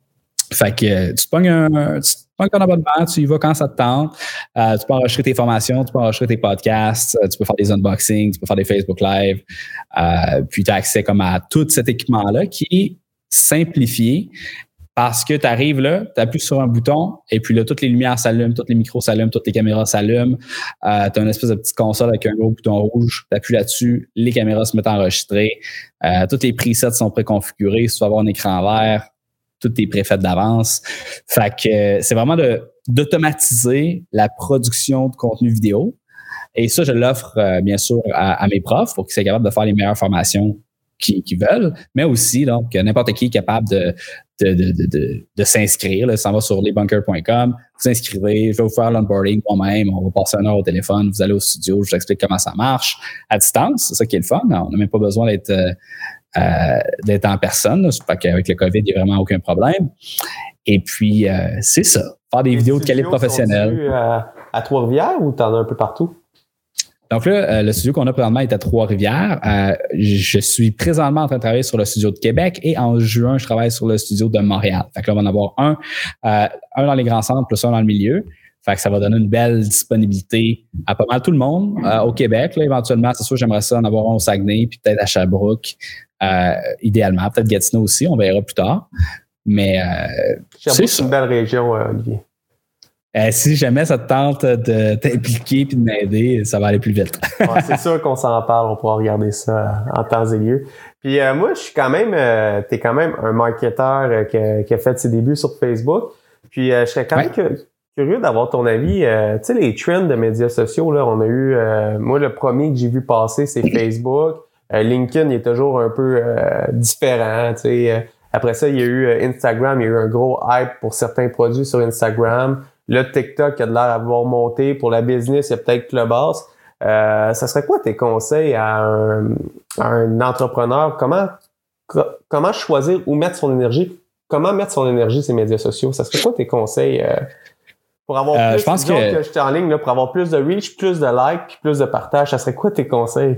Fait que tu te pognes un, tu te pognes ton abonnement, tu y vas quand ça te tente. Euh, tu peux enregistrer tes formations, tu peux enregistrer tes podcasts, tu peux faire des unboxings, tu peux faire des Facebook Live. Euh, puis tu as accès comme à tout cet équipement-là qui est simplifié parce que tu arrives là, tu appuies sur un bouton et puis là, toutes les lumières s'allument, toutes les micros s'allument, toutes les caméras s'allument. Euh, tu as une espèce de petite console avec un gros bouton rouge, tu appuies là-dessus, les caméras se mettent à enregistrer. Euh, tous les presets sont préconfigurés. Si tu veux avoir un écran vert, tout est préfait d'avance. Fait que euh, c'est vraiment de, d'automatiser la production de contenu vidéo. Et ça, je l'offre euh, bien sûr à, à mes profs pour qu'ils soient capables de faire les meilleures formations qu'ils, qu'ils veulent, mais aussi donc n'importe qui est capable de, de, de, de, de, de s'inscrire. Là, ça va sur lesbunkers point com, vous inscrivez, je vais vous faire l'onboarding moi-même, on va passer une heure au téléphone, vous allez au studio, je vous explique comment ça marche à distance. C'est ça qui est le fun. On n'a même pas besoin d'être... Euh, Euh, d'être en personne. C'est pas qu'avec le COVID, il n'y a vraiment aucun problème. Et puis, euh, c'est ça. Faire des Les vidéos de qualité professionnelle. À, à Trois-Rivières ou t'en as un peu partout? Donc là, euh, le studio qu'on a présentement est à Trois-Rivières. Euh, je suis présentement en train de travailler sur le studio de Québec et en juin, je travaille sur le studio de Montréal. Fait que là, on va en avoir un, euh, un dans les grands centres plus un dans le milieu. Fait que ça va donner une belle disponibilité à pas mal tout le monde. Euh, au Québec, là, éventuellement, c'est sûr, j'aimerais ça en avoir un au Saguenay, puis peut-être à Sherbrooke, euh, idéalement. Peut-être Gatineau aussi, on verra plus tard. Mais euh, Sherbrooke, c'est, c'est une belle région, euh, Olivier. Euh, si jamais ça te tente de t'impliquer et de m'aider, ça va aller plus vite. Ouais, c'est sûr qu'on s'en parle, on pourra regarder ça en temps et lieu. Puis euh, moi, je suis quand même, euh, t'es quand même un marketeur euh, qui, a, qui a fait ses débuts sur Facebook. Puis euh, je serais quand ouais. même curieux d'avoir ton avis. Euh, tu sais, les trends de médias sociaux, là, on a eu, euh, moi, le premier que j'ai vu passer, c'est Facebook. Euh, LinkedIn, il est toujours un peu euh, différent, tu sais. Après ça, il y a eu Instagram, il y a eu un gros hype pour certains produits sur Instagram. Là, TikTok a de l'air d'avoir monté. Pour la business, il y a peut-être Clubhouse. Euh, ça serait quoi tes conseils à un, à un entrepreneur? Comment, comment choisir où mettre son énergie? Comment mettre son énergie sur les médias sociaux? Ça serait quoi tes conseils euh, pour avoir euh, plus, je pense disons que... que j'étais en ligne, là, pour avoir plus de reach, plus de likes, puis plus de partage? Ça serait quoi tes conseils?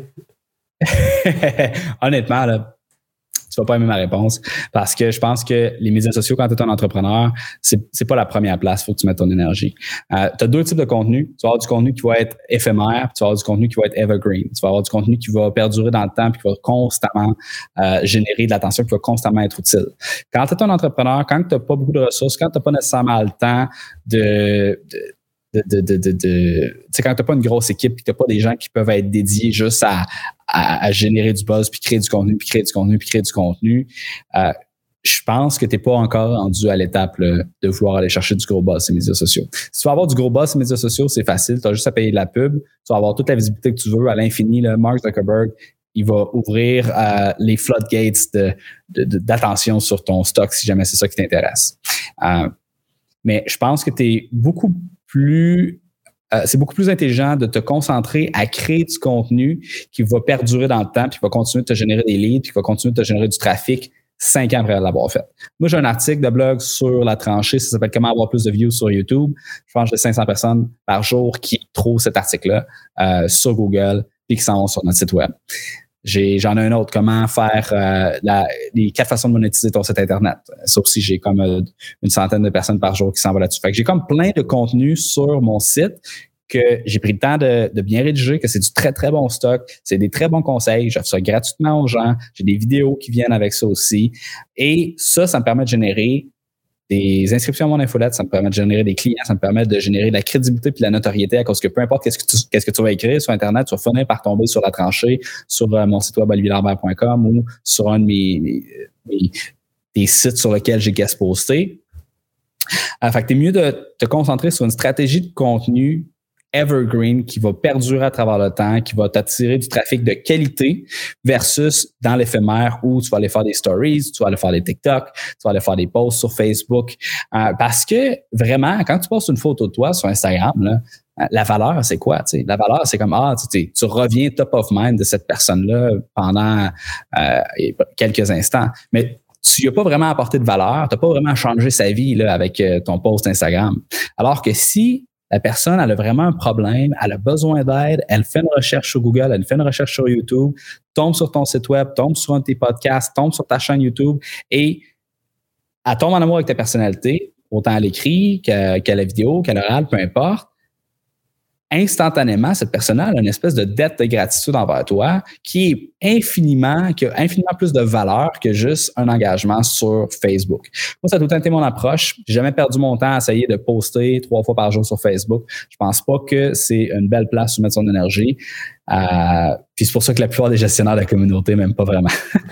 Honnêtement, là, tu vas pas aimer ma réponse parce que je pense que les médias sociaux, quand tu es un entrepreneur, c'est, c'est pas la première place. Il faut que tu mettes ton énergie. Euh, tu as deux types de contenu. Tu vas avoir du contenu qui va être éphémère, puis tu vas avoir du contenu qui va être evergreen. Tu vas avoir du contenu qui va perdurer dans le temps puis qui va constamment euh, générer de l'attention, qui va constamment être utile. Quand tu es un entrepreneur, quand tu n'as pas beaucoup de ressources, quand tu n'as pas nécessairement le temps de, de De, de, de, de, de tu sais, quand tu n'as pas une grosse équipe et que tu n'as pas des gens qui peuvent être dédiés juste à, à, à générer du buzz, puis créer du contenu, puis créer du contenu, puis créer du contenu, euh, je pense que tu n'es pas encore rendu à l'étape là, de vouloir aller chercher du gros buzz sur les médias sociaux. Si tu veux avoir du gros buzz sur les médias sociaux, c'est facile. Tu as juste à payer de la pub. Tu vas avoir toute la visibilité que tu veux à l'infini. Là. Mark Zuckerberg, il va ouvrir euh, les floodgates de, de, de, d'attention sur ton stock si jamais c'est ça qui t'intéresse. Euh, mais je pense que tu es beaucoup plus, euh, c'est beaucoup plus intelligent de te concentrer à créer du contenu qui va perdurer dans le temps, puis qui va continuer de te générer des leads, puis qui va continuer de te générer du trafic cinq ans après l'avoir fait. Moi, j'ai un article de blog sur la tranchée, ça s'appelle « Comment avoir plus de views sur YouTube ». Je pense que j'ai cinq cents personnes par jour qui trouvent cet article-là euh, sur Google et qui s'en vont sur notre site web. J'ai, j'en ai un autre, comment faire euh, la, les quatre façons de monétiser ton site Internet. Ça aussi, j'ai comme euh, une centaine de personnes par jour qui s'en vont là-dessus. Fait que j'ai comme plein de contenus sur mon site que j'ai pris le temps de, de bien rédiger, que c'est du très, très bon stock, c'est des très bons conseils, j'offre ça gratuitement aux gens, j'ai des vidéos qui viennent avec ça aussi. Et ça, ça me permet de générer des inscriptions à mon infolette, ça me permet de générer des clients, ça me permet de générer de la crédibilité puis de la notoriété à cause que peu importe qu'est-ce que tu, qu'est-ce que tu vas écrire sur Internet, tu vas finir par tomber sur la tranchée, sur euh, mon site web olivier lambert point com ou sur un de mes, mes, mes des sites sur lesquels j'ai guest posté. Euh, fait que t'es mieux de te concentrer sur une stratégie de contenu evergreen qui va perdurer à travers le temps, qui va t'attirer du trafic de qualité versus dans l'éphémère où tu vas aller faire des stories, tu vas aller faire des TikTok, tu vas aller faire des posts sur Facebook. Euh, parce que vraiment, quand tu postes une photo de toi sur Instagram, là, la valeur, c'est quoi? T'sais? La valeur, c'est comme, ah, tu, tu reviens top of mind de cette personne-là pendant euh, quelques instants. Mais tu n'as pas vraiment apporté de valeur, tu n'as pas vraiment changé sa vie là, avec euh, ton post Instagram. Alors que si la personne, elle a vraiment un problème, elle a besoin d'aide, elle fait une recherche sur Google, elle fait une recherche sur YouTube, tombe sur ton site web, tombe sur un de tes podcasts, tombe sur ta chaîne YouTube et elle tombe en amour avec ta personnalité, autant à l'écrit qu'à, qu'à la vidéo, qu'à l'oral, peu importe. Instantanément, cette personne-là a une espèce de dette de gratitude envers toi qui est infiniment, qui a infiniment plus de valeur que juste un engagement sur Facebook. Moi, ça a tout le temps été mon approche. J'ai jamais perdu mon temps à essayer de poster trois fois par jour sur Facebook. Je pense pas que c'est une belle place où mettre son énergie. Euh, puis c'est pour ça que la plupart des gestionnaires de la communauté m'aiment pas vraiment.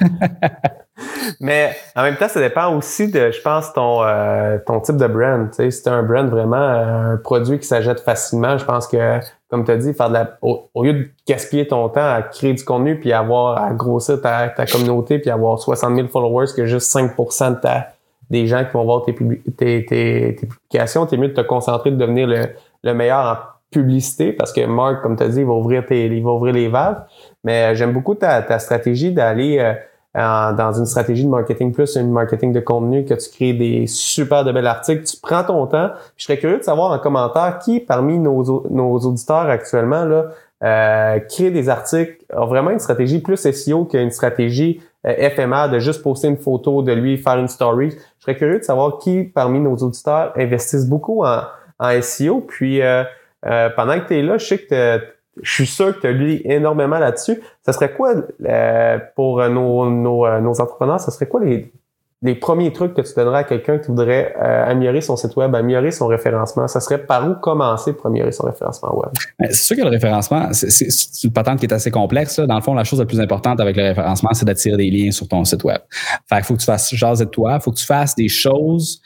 Mais en même temps, ça dépend aussi de, je pense, ton euh, ton type de brand. Tu sais, si tu as un brand vraiment, euh, un produit qui s'achète facilement, je pense que, comme tu as dit, faire de la, au, au lieu de gaspiller ton temps à créer du contenu puis avoir à grossir ta, ta communauté puis avoir soixante mille followers que juste cinq pour cent de ta, des gens qui vont voir tes, publi- tes, tes, tes publications, t'es mieux de te concentrer de devenir le, le meilleur en publicité parce que Mark, comme tu as dit, il va ouvrir tes, il va ouvrir les valves. Mais euh, j'aime beaucoup ta, ta stratégie d'aller euh, en, dans une stratégie de marketing plus, une marketing de contenu, que tu crées des super de belles articles, tu prends ton temps. Je serais curieux de savoir en commentaire qui parmi nos, nos auditeurs actuellement là euh, crée des articles, a vraiment une stratégie plus S E O qu'une stratégie euh, éphémère de juste poster une photo de lui, faire une story. Je serais curieux de savoir qui parmi nos auditeurs investissent beaucoup en, en S E O. Puis euh, euh, pendant que tu es là, je sais que t'as, je suis sûr que tu as lu énormément là-dessus. Ça serait quoi, euh, pour nos, nos, nos entrepreneurs, ça serait quoi les, les premiers trucs que tu donnerais à quelqu'un qui voudrait euh, améliorer son site web, améliorer son référencement, ça serait par où commencer pour améliorer son référencement web? C'est sûr que le référencement, c'est, c'est, c'est une patente qui est assez complexe. Là. Dans le fond, la chose la plus importante avec le référencement, c'est d'attirer des liens sur ton site web. Fait qu'il faut que tu fasses jaser de toi, il faut que tu fasses des choses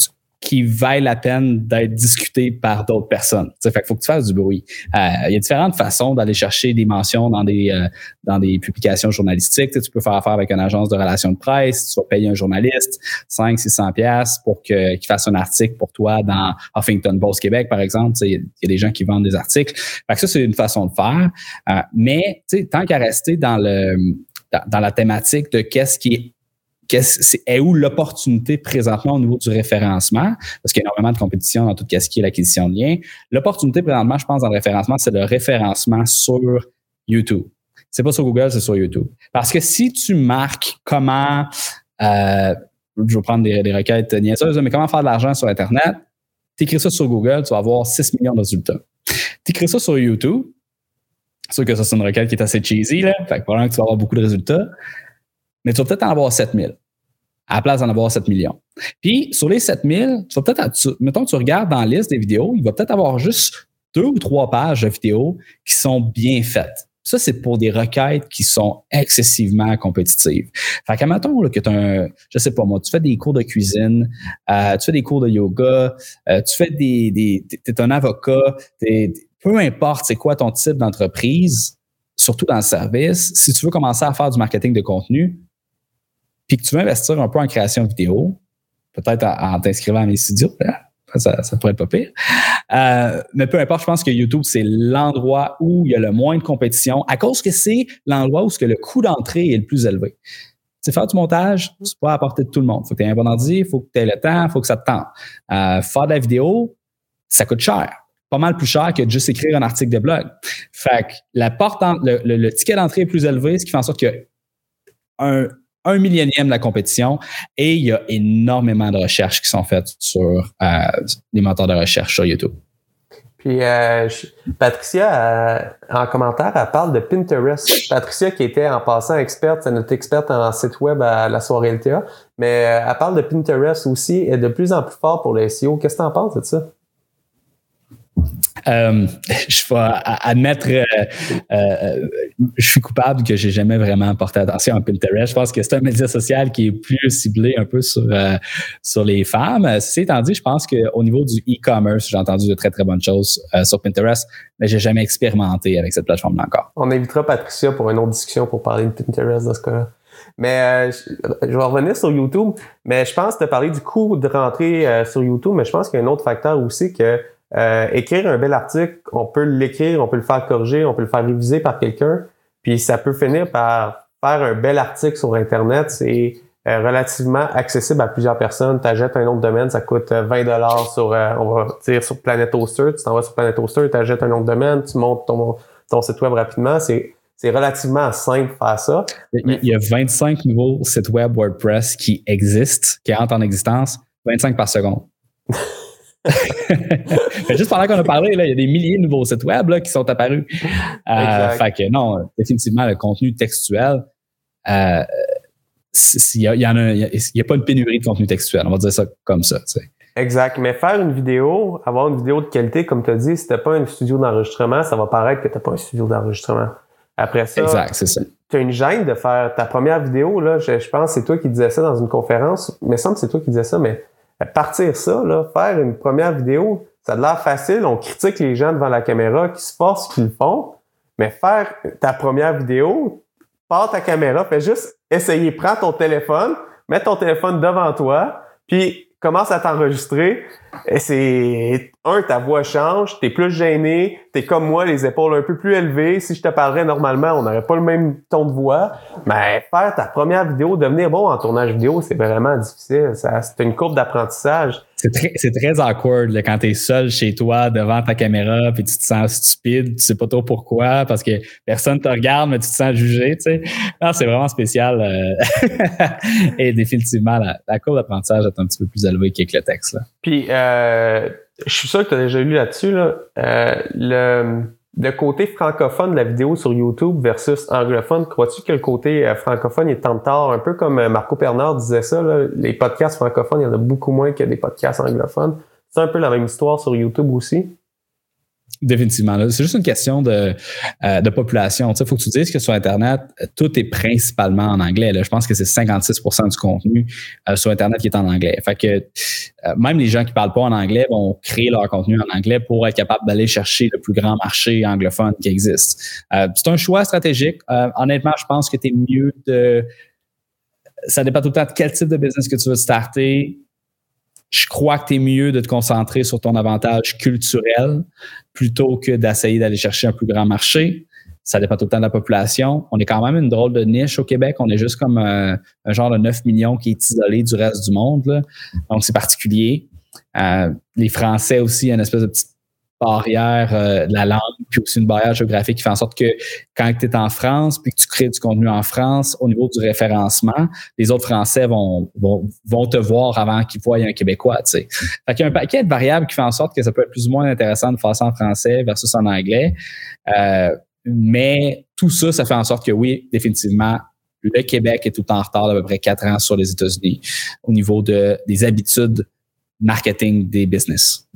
qui vaille la peine d'être discuté par d'autres personnes. T'sais, fait qu'il faut que tu fasses du bruit. Euh, il y a différentes façons d'aller chercher des mentions dans des euh, dans des publications journalistiques. T'sais, tu peux faire affaire avec une agence de relations de presse, tu vas payer un journaliste cinq cents à six cents piastres pour que, qu'il fasse un article pour toi dans Huffington Post Québec, par exemple. Il y a des gens qui vendent des articles. Fait que ça, c'est une façon de faire. Euh, mais tant qu'à rester dans le dans, dans la thématique de qu'est-ce qui est Qu'est-ce, c'est est où l'opportunité présentement au niveau du référencement, parce qu'il y a énormément de compétition dans tout ce qui est l'acquisition de liens. L'opportunité présentement, je pense, dans le référencement, c'est le référencement sur YouTube. C'est pas sur Google, c'est sur YouTube. Parce que si tu marques comment, euh, je vais prendre des, des requêtes niaiseuses, mais comment faire de l'argent sur Internet, t'écris ça sur Google, tu vas avoir six millions de résultats. T'écris ça sur YouTube, c'est sûr que ça, c'est une requête qui est assez cheesy, là, fait que probablement que tu vas avoir beaucoup de résultats. Mais tu vas peut-être en avoir sept mille, à la place d'en avoir sept millions. Puis, sur les sept mille, tu vas peut-être, tu, mettons que tu regardes dans la liste des vidéos, il va peut-être avoir juste deux ou trois pages de vidéos qui sont bien faites. Ça, c'est pour des requêtes qui sont excessivement compétitives. Fait qu'à mettons là, que tu as un, je sais pas moi, tu fais des cours de cuisine, euh, tu fais des cours de yoga, euh, tu fais des, des t'es un avocat, t'es, peu importe c'est quoi ton type d'entreprise, surtout dans le service, si tu veux commencer à faire du marketing de contenu, puis que tu veux investir un peu en création vidéo, peut-être en, en t'inscrivant à mes studios, ça, ça pourrait être pas pire. Euh, mais peu importe, je pense que YouTube, c'est l'endroit où il y a le moins de compétition, à cause que c'est l'endroit où ce que le coût d'entrée est le plus élevé. Tu sais, faire du montage, c'est pas à la portée de tout le monde. Faut que tu aies un bon ordi, faut que tu aies le temps, faut que ça te tente. Euh, faire de la vidéo, ça coûte cher. Pas mal plus cher que de juste écrire un article de blog. Fait que la porte, en, le, le, le ticket d'entrée est plus élevé, ce qui fait en sorte qu'il y a un un millionième de la compétition et il y a énormément de recherches qui sont faites sur euh, les moteurs de recherche sur YouTube. Puis euh, Patricia, euh, en commentaire, elle parle de Pinterest. Patricia qui était en passant experte, c'est notre experte en site web à la soirée L T A, mais euh, elle parle de Pinterest aussi et de plus en plus fort pour le S E O. Qu'est-ce que tu en penses de ça? Euh, je vais admettre, euh, euh, je suis coupable que j'ai jamais vraiment porté attention à Pinterest. Je pense que c'est un média social qui est plus ciblé un peu sur euh, sur les femmes. Ceci étant dit, je pense qu'au niveau du e-commerce, j'ai entendu de très très bonnes choses euh, sur Pinterest, mais j'ai jamais expérimenté avec cette plateforme-là encore. On invitera Patricia pour une autre discussion pour parler de Pinterest dans ce cas-là. Mais euh, je, je vais revenir sur YouTube, mais je pense que tu as parlé du coût de rentrée euh, sur YouTube, mais je pense qu'il y a un autre facteur aussi que Euh, écrire un bel article, on peut l'écrire, on peut le faire corriger, on peut le faire réviser par quelqu'un, puis ça peut finir par faire un bel article sur Internet. C'est euh, relativement accessible à plusieurs personnes. Tu achètes un autre domaine, ça coûte vingt dollars sur, euh, on va dire, sur Planet Hoster. Tu t'en vas sur Planet Hoster, tu achètes un autre domaine, tu montes ton, ton site web rapidement. C'est, c'est relativement simple de faire ça. Il y a vingt-cinq nouveaux sites web WordPress qui existent, qui entrent en existence, vingt-cinq par seconde. Juste pendant qu'on a parlé, là, il y a des milliers de nouveaux sites web là, qui sont apparus. Euh, fait que non, définitivement, le contenu textuel, euh, il y, y en a, il y a pas une pénurie de contenu textuel. On va dire ça comme ça. Tu sais. Exact. Mais faire une vidéo, avoir une vidéo de qualité, comme tu as dit, si t'as pas un studio d'enregistrement, ça va paraître que t'as pas un studio d'enregistrement. Après ça, exact, c'est ça. Tu as une gêne de faire ta première vidéo. Là, je, je pense que c'est toi qui disais ça dans une conférence. Il me semble que c'est toi qui disais ça, mais partir ça, là, faire une première vidéo, ça a l'air facile. On critique les gens devant la caméra qui se forcent, qui le font. Mais faire ta première vidéo, pars ta caméra, fais juste essayer. Prends ton téléphone, mets ton téléphone devant toi, puis commence à t'enregistrer. Et c'est, un, ta voix change, t'es plus gêné, t'es comme moi, les épaules un peu plus élevées. Si je te parlerais normalement, on n'aurait pas le même ton de voix. Mais faire ta première vidéo, devenir bon en tournage vidéo, c'est vraiment difficile. Ça, c'est une courbe d'apprentissage. C'est très, c'est très awkward là, quand t'es seul chez toi devant ta caméra puis tu te sens stupide, tu sais pas trop pourquoi parce que personne te regarde mais tu te sens jugé, tu sais. Non, c'est vraiment spécial euh... et définitivement la, la courbe d'apprentissage est un petit peu plus élevée qu'avec le texte là. Puis euh, je suis sûr que tu as déjà lu là-dessus là, euh, le le côté francophone de la vidéo sur YouTube versus anglophone, crois-tu que le côté euh, francophone est en retard? Un peu comme euh, Marco Pernard disait ça, là, les podcasts francophones, il y en a beaucoup moins que des podcasts anglophones. C'est un peu la même histoire sur YouTube aussi? Définitivement. Là. C'est juste une question de, euh, de population. Il faut que tu dises que sur Internet, tout est principalement en anglais. Là. Je pense que c'est cinquante-six pour cent du contenu euh, sur Internet qui est en anglais. Fait que euh, même les gens qui parlent pas en anglais vont créer leur contenu en anglais pour être capable d'aller chercher le plus grand marché anglophone qui existe. Euh, c'est un choix stratégique. Euh, honnêtement, je pense que tu es mieux de... Ça dépend tout le temps de quel type de business que tu veux starter. Je crois que tu es mieux de te concentrer sur ton avantage culturel plutôt que d'essayer d'aller chercher un plus grand marché. Ça dépend tout le temps de la population. On est quand même une drôle de niche au Québec. On est juste comme un, un genre de neuf millions qui est isolé du reste du monde, là. Donc, c'est particulier. Euh, les Français aussi, il y a une espèce de petite barrière euh, de la langue, puis aussi une barrière géographique qui fait en sorte que quand tu es en France puis que tu crées du contenu en France, au niveau du référencement, les autres Français vont vont, vont te voir avant qu'ils voient un Québécois, tu sais. Fait qu'il y a un paquet de variables qui fait en sorte que ça peut être plus ou moins intéressant de faire ça en français versus en anglais. Euh, mais tout ça, ça fait en sorte que oui, définitivement, le Québec est tout en retard d'à peu près quatre ans sur les États-Unis au niveau de des habitudes marketing des business.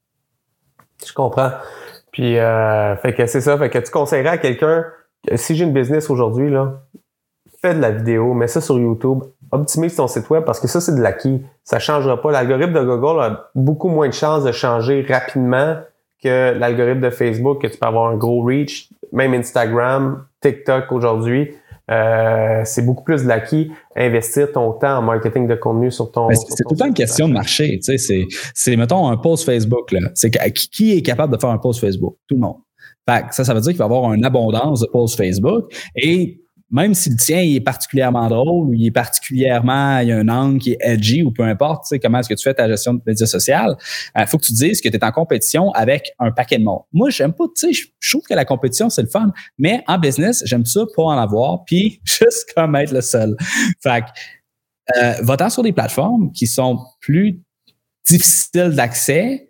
Je comprends. Puis, euh, fait que c'est ça. Fait que tu conseillerais à quelqu'un, que si j'ai une business aujourd'hui, là, fais de la vidéo, mets ça sur YouTube, optimise ton site web parce que ça, c'est de l'acquis. Ça changera pas. L'algorithme de Google a beaucoup moins de chances de changer rapidement que l'algorithme de Facebook, que tu peux avoir un gros reach. Même Instagram, TikTok aujourd'hui. Euh, c'est beaucoup plus de l'acquis, investir ton temps en marketing de contenu sur ton... C'est, sur c'est ton tout le temps une question de marché. Tu sais, c'est, c'est, mettons, un post Facebook. Là. C'est qui, qui est capable de faire un post Facebook? Tout le monde. Fait que ça, ça veut dire qu'il va y avoir une abondance de posts Facebook. Et même si le tien il est particulièrement drôle ou il est particulièrement, il y a un angle qui est edgy ou peu importe, tu sais, comment est-ce que tu fais ta gestion de médias sociaux, il euh, faut que tu dises que tu es en compétition avec un paquet de monde. Moi, j'aime pas, tu sais, je, je trouve que la compétition, c'est le fun, mais en business, j'aime ça pas en avoir, puis juste comme être le seul. Fait que, euh, va-t'en sur des plateformes qui sont plus difficiles d'accès,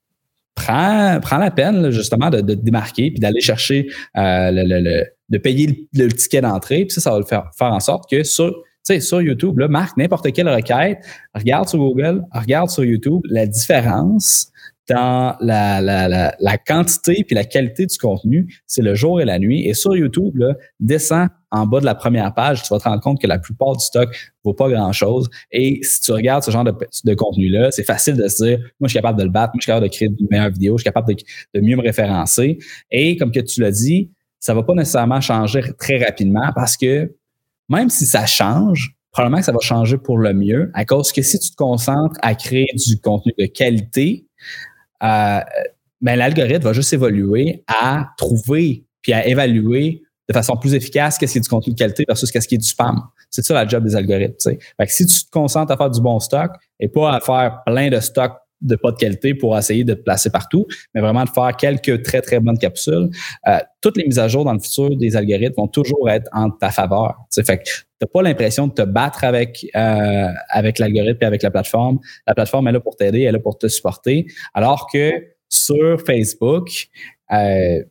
prends, prends la peine, là, justement, de, de te démarquer puis d'aller chercher euh, le, le, le de payer le, le ticket d'entrée, puis ça, ça va le faire, faire en sorte que sur, tu sais, sur YouTube, là, marque n'importe quelle requête, regarde sur Google, regarde sur YouTube, la différence dans la, la, la, la quantité puis la qualité du contenu, c'est le jour et la nuit. Et sur YouTube, là, descends en bas de la première page, tu vas te rendre compte que la plupart du stock vaut pas grand-chose. Et si tu regardes ce genre de, de contenu-là, c'est facile de se dire, moi, je suis capable de le battre, moi, je suis capable de créer de meilleures vidéos, je suis capable de, de mieux me référencer. Et comme que tu l'as dit, ça va pas nécessairement changer très rapidement parce que même si ça change, probablement que ça va changer pour le mieux à cause que si tu te concentres à créer du contenu de qualité, euh, ben l'algorithme va juste évoluer à trouver puis à évaluer de façon plus efficace qu'est-ce qui est du contenu de qualité versus qu'est-ce qui est du spam. C'est ça la job des algorithmes, tu sais. Fait que si tu te concentres à faire du bon stock et pas à faire plein de stock de pas de qualité pour essayer de te placer partout, mais vraiment de faire quelques très, très bonnes capsules. Euh, toutes les mises à jour dans le futur des algorithmes vont toujours être en ta faveur. T'sais, fait que t'as pas l'impression de te battre avec euh, avec l'algorithme et avec la plateforme. La plateforme est là pour t'aider, elle est là pour te supporter. Alors que sur Facebook, euh,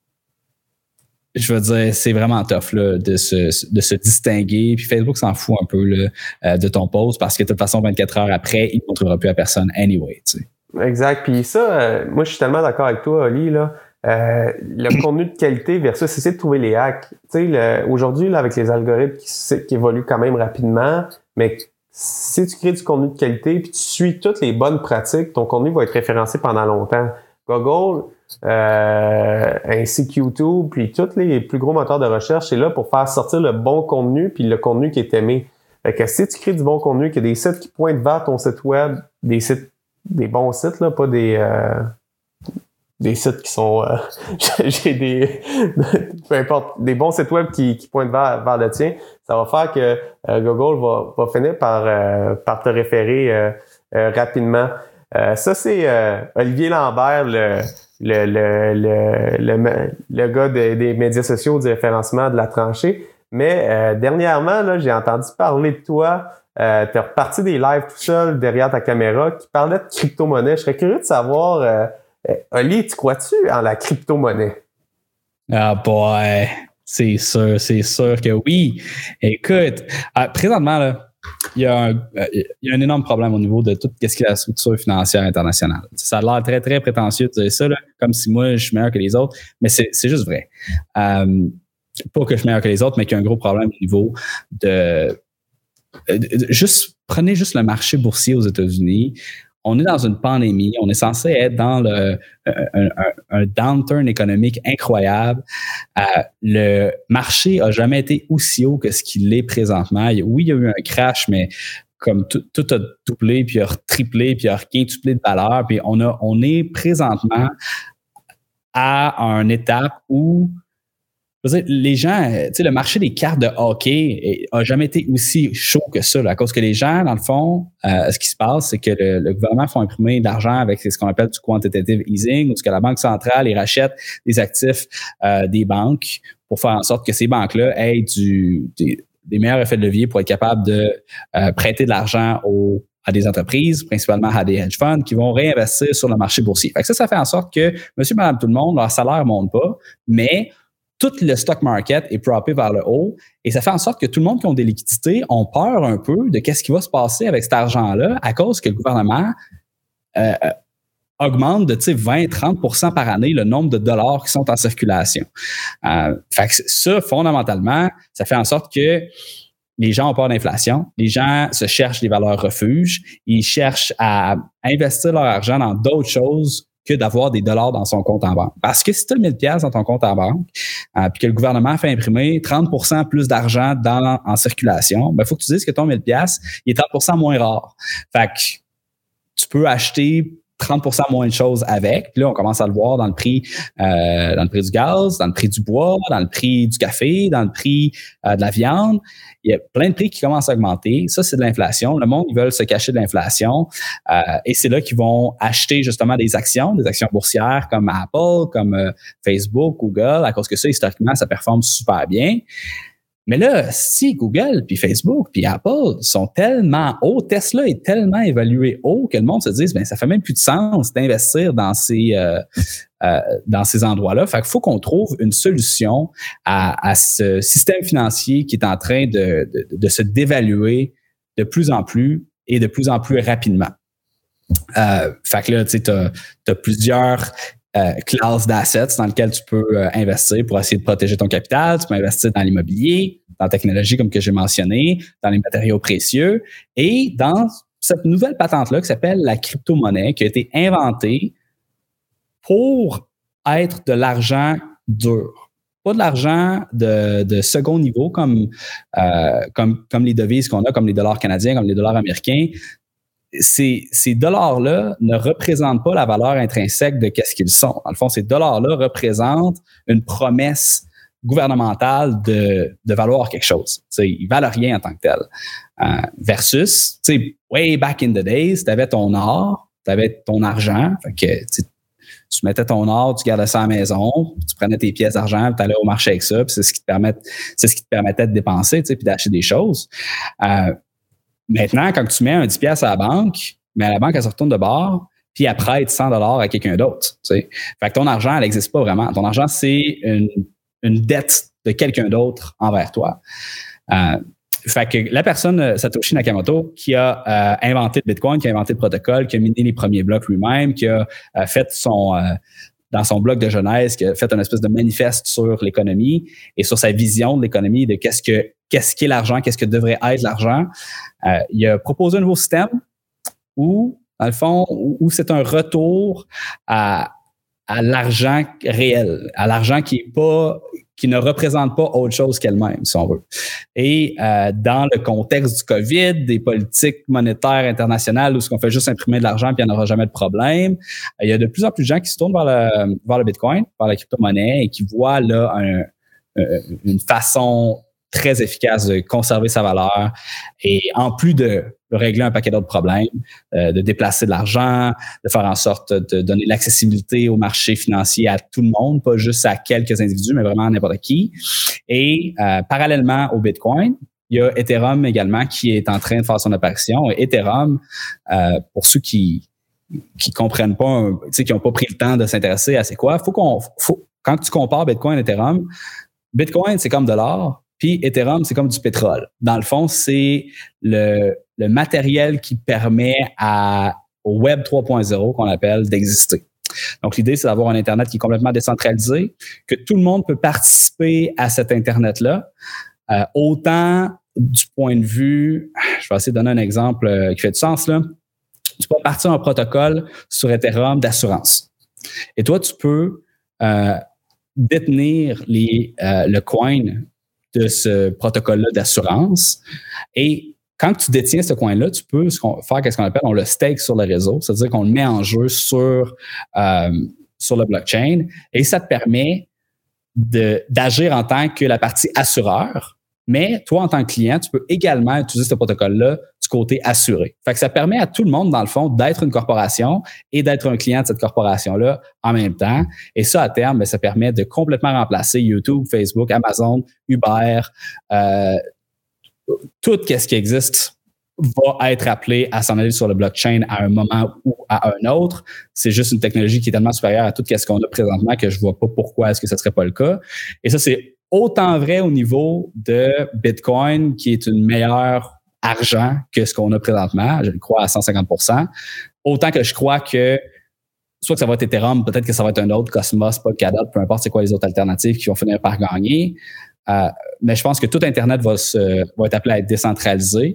je veux dire, c'est vraiment tough là, de se de se distinguer. Puis Facebook s'en fout un peu là, euh, de ton post parce que de toute façon, vingt-quatre heures après, il ne montrera plus à personne anyway. Tu sais. Exact. Puis ça, euh, moi, je suis tellement d'accord avec toi, Oli. Là, euh, le contenu de qualité versus essayer de trouver les hacks. Tu sais, le, aujourd'hui, là, avec les algorithmes qui, qui évoluent quand même rapidement, mais si tu crées du contenu de qualité puis tu suis toutes les bonnes pratiques, ton contenu va être référencé pendant longtemps. Google, euh, ainsi que YouTube, puis tous les plus gros moteurs de recherche, c'est là pour faire sortir le bon contenu puis le contenu qui est aimé. Fait que si tu crées du bon contenu, qu'il y a des sites qui pointent vers ton site web, des sites, des bons sites, là, pas des euh, des sites qui sont euh, j'ai des peu importe, des bons sites web qui, qui pointent vers, vers le tien, ça va faire que euh, Google va, va finir par, euh, par te référer euh, euh, rapidement. Euh, ça, c'est euh, Olivier Lambert, le, le, le, le, le, le gars de, des médias sociaux, du référencement de La Tranchée. Mais euh, dernièrement, là, j'ai entendu parler de toi. Euh, tu es reparti des lives tout seul derrière ta caméra qui parlait de crypto-monnaie. Je serais curieux de savoir, euh, Oli, tu crois-tu en la crypto-monnaie? Ah boy, c'est sûr, c'est sûr que oui. Écoute, euh, présentement, là, il y, a un, euh, il y a un énorme problème au niveau de tout ce qui est la structure financière internationale. Ça a l'air très, très prétentieux de dire ça, là, comme si moi, je suis meilleur que les autres, mais c'est, c'est juste vrai. Euh, pas que je suis meilleur que les autres, mais qu'il y a un gros problème au niveau de... de, de juste, prenez juste le marché boursier aux États-Unis. On est dans une pandémie, on est censé être dans le, un, un, un downturn économique incroyable. Euh, le marché a jamais été aussi haut que ce qu'il est présentement. Oui, il y a eu un crash, mais comme tout, tout a doublé, puis il a triplé, puis il a quintuplé de valeur. Puis on, a, on est présentement à une étape où je veux dire, les gens, tu sais, le marché des cartes de hockey a jamais été aussi chaud que ça, là, à cause que les gens, dans le fond, euh, ce qui se passe, c'est que le, le gouvernement fait imprimer de l'argent avec ce qu'on appelle du quantitative easing, où ce que la Banque centrale les rachète des actifs euh, des banques pour faire en sorte que ces banques-là aient du, des, des meilleurs effets de levier pour être capables de euh, prêter de l'argent aux à des entreprises, principalement à des hedge funds, qui vont réinvestir sur le marché boursier. Fait que ça, ça fait en sorte que monsieur, madame, tout le monde, leur salaire ne monte pas, mais tout le stock market est propé vers le haut et ça fait en sorte que tout le monde qui ont des liquidités ont peur un peu de qu'est-ce qui va se passer avec cet argent-là à cause que le gouvernement euh, augmente de vingt à trente pour cent par année le nombre de dollars qui sont en circulation. Euh, fait que ça, fondamentalement, ça fait en sorte que les gens ont peur d'inflation, les gens se cherchent des valeurs refuges, ils cherchent à investir leur argent dans d'autres choses que d'avoir des dollars dans son compte en banque. Parce que si tu as mille dollars dans ton compte en banque, euh, puis que le gouvernement fait imprimer trente pour cent plus d'argent dans, en circulation, ben, il faut que tu dises que ton mille dollars, il est trente pour cent moins rare. Fait que tu peux acheter trente pour cent moins de choses avec. Puis là, on commence à le voir dans le prix, euh, dans le prix du gaz, dans le prix du bois, dans le prix du café, dans le prix euh, de la viande. Il y a plein de prix qui commencent à augmenter. Ça, c'est de l'inflation. Le monde, ils veulent se cacher de l'inflation. Euh, et c'est là qu'ils vont acheter justement des actions, des actions boursières comme Apple, comme euh, Facebook, Google, à cause que ça, historiquement, ça performe super bien. Mais là, si Google, puis Facebook, puis Apple sont tellement hauts, Tesla est tellement évalué haut que le monde se dit, ben ça fait même plus de sens d'investir dans ces euh, euh, dans ces endroits-là. Fait qu'il faut qu'on trouve une solution à, à ce système financier qui est en train de, de, de se dévaluer de plus en plus et de plus en plus rapidement. Euh, fait que là, tu sais, t'as, t'as plusieurs Euh, classe d'assets dans lesquels tu peux euh, investir pour essayer de protéger ton capital. Tu peux investir dans l'immobilier, dans la technologie comme que j'ai mentionné, dans les matériaux précieux et dans cette nouvelle patente-là qui s'appelle la crypto-monnaie qui a été inventée pour être de l'argent dur. Pas de l'argent de, de second niveau comme, euh, comme, comme les devises qu'on a, comme les dollars canadiens, comme les dollars américains. Ces, ces dollars-là ne représentent pas la valeur intrinsèque de qu'est-ce qu'ils sont. Dans le fond, ces dollars-là représentent une promesse gouvernementale de, de valoir quelque chose. T'sais, ils valent rien en tant que tel. Euh, versus, tu sais, way back in the days, tu avais ton or, tu avais ton argent. Fait que, tu mettais ton or, tu gardais ça à la maison, tu prenais tes pièces d'argent, tu allais au marché avec ça, puis c'est ce qui te permet, c'est ce qui te permettait de dépenser, puis d'acheter des choses. Euh, Maintenant, quand tu mets un dix dollars à la banque, mais la banque, elle se retourne de bord, puis elle prête cent dollars à quelqu'un d'autre. Tu sais. Fait que ton argent, elle n'existe pas vraiment. Ton argent, c'est une, une dette de quelqu'un d'autre envers toi. Euh, fait que la personne, Satoshi Nakamoto, qui a euh, inventé le Bitcoin, qui a inventé le protocole, qui a miné les premiers blocs lui-même, qui a euh, fait son... Euh, dans son blog de Genèse, qui a fait une espèce de manifeste sur l'économie et sur sa vision de l'économie, de qu'est-ce que qu'est-ce qu'est l'argent, qu'est-ce que devrait être l'argent. Euh, il a proposé un nouveau système où, dans le fond, où, où c'est un retour à, à l'argent réel, à l'argent qui est pas, qui ne représente pas autre chose qu'elle-même, si on veut. Et euh, dans le contexte du COVID, des politiques monétaires internationales où ce qu'on fait juste imprimer de l'argent puis il n'y en aura jamais de problème, il y a de plus en plus de gens qui se tournent vers le, vers le Bitcoin, vers la crypto-monnaie et qui voient là un, une façon très efficace de conserver sa valeur et en plus de régler un paquet d'autres problèmes, euh, de déplacer de l'argent, de faire en sorte de donner l'accessibilité au marché financier à tout le monde, pas juste à quelques individus, mais vraiment à n'importe qui. Et euh, parallèlement au Bitcoin, il y a Ethereum également qui est en train de faire son apparition. Et Ethereum, euh, pour ceux qui qui comprennent pas, tu sais, qui n'ont pas pris le temps de s'intéresser à c'est quoi, faut qu'on faut quand tu compares Bitcoin et Ethereum, Bitcoin, c'est comme de l'or, puis Ethereum, c'est comme du pétrole. Dans le fond, c'est le, le matériel qui permet à, au Web trois point zéro, qu'on appelle, d'exister. Donc, l'idée, c'est d'avoir un Internet qui est complètement décentralisé, que tout le monde peut participer à cet Internet-là, euh, autant du point de vue, je vais essayer de donner un exemple euh, qui fait du sens, là. Tu peux partir un protocole sur Ethereum d'assurance. Et toi, tu peux euh, détenir les, euh, le coin de ce protocole-là d'assurance. Et quand tu détiens ce coin-là, tu peux faire ce qu'on appelle, on le stake sur le réseau, c'est-à-dire qu'on le met en jeu sur, euh, sur le blockchain. Et ça te permet de, d'agir en tant que la partie assureur. Mais toi, en tant que client, tu peux également utiliser ce protocole-là du côté assuré. Fait que ça permet à tout le monde, dans le fond, d'être une corporation et d'être un client de cette corporation-là en même temps. Et ça, à terme, bien, ça permet de complètement remplacer YouTube, Facebook, Amazon, Uber, euh, tout ce qui existe va être appelé à s'en aller sur le blockchain à un moment ou à un autre. C'est juste une technologie qui est tellement supérieure à tout ce qu'on a présentement que je vois pas pourquoi est-ce que ça serait pas le cas. Et ça, c'est autant vrai au niveau de Bitcoin, qui est une meilleure argent que ce qu'on a présentement, je le crois à cent cinquante pour cent, autant que je crois que soit que ça va être Ethereum, peut-être que ça va être un autre, Cosmos, Polkadot, peu importe c'est quoi les autres alternatives qui vont finir par gagner. Euh, mais je pense que tout Internet va, se, va être appelé à être décentralisé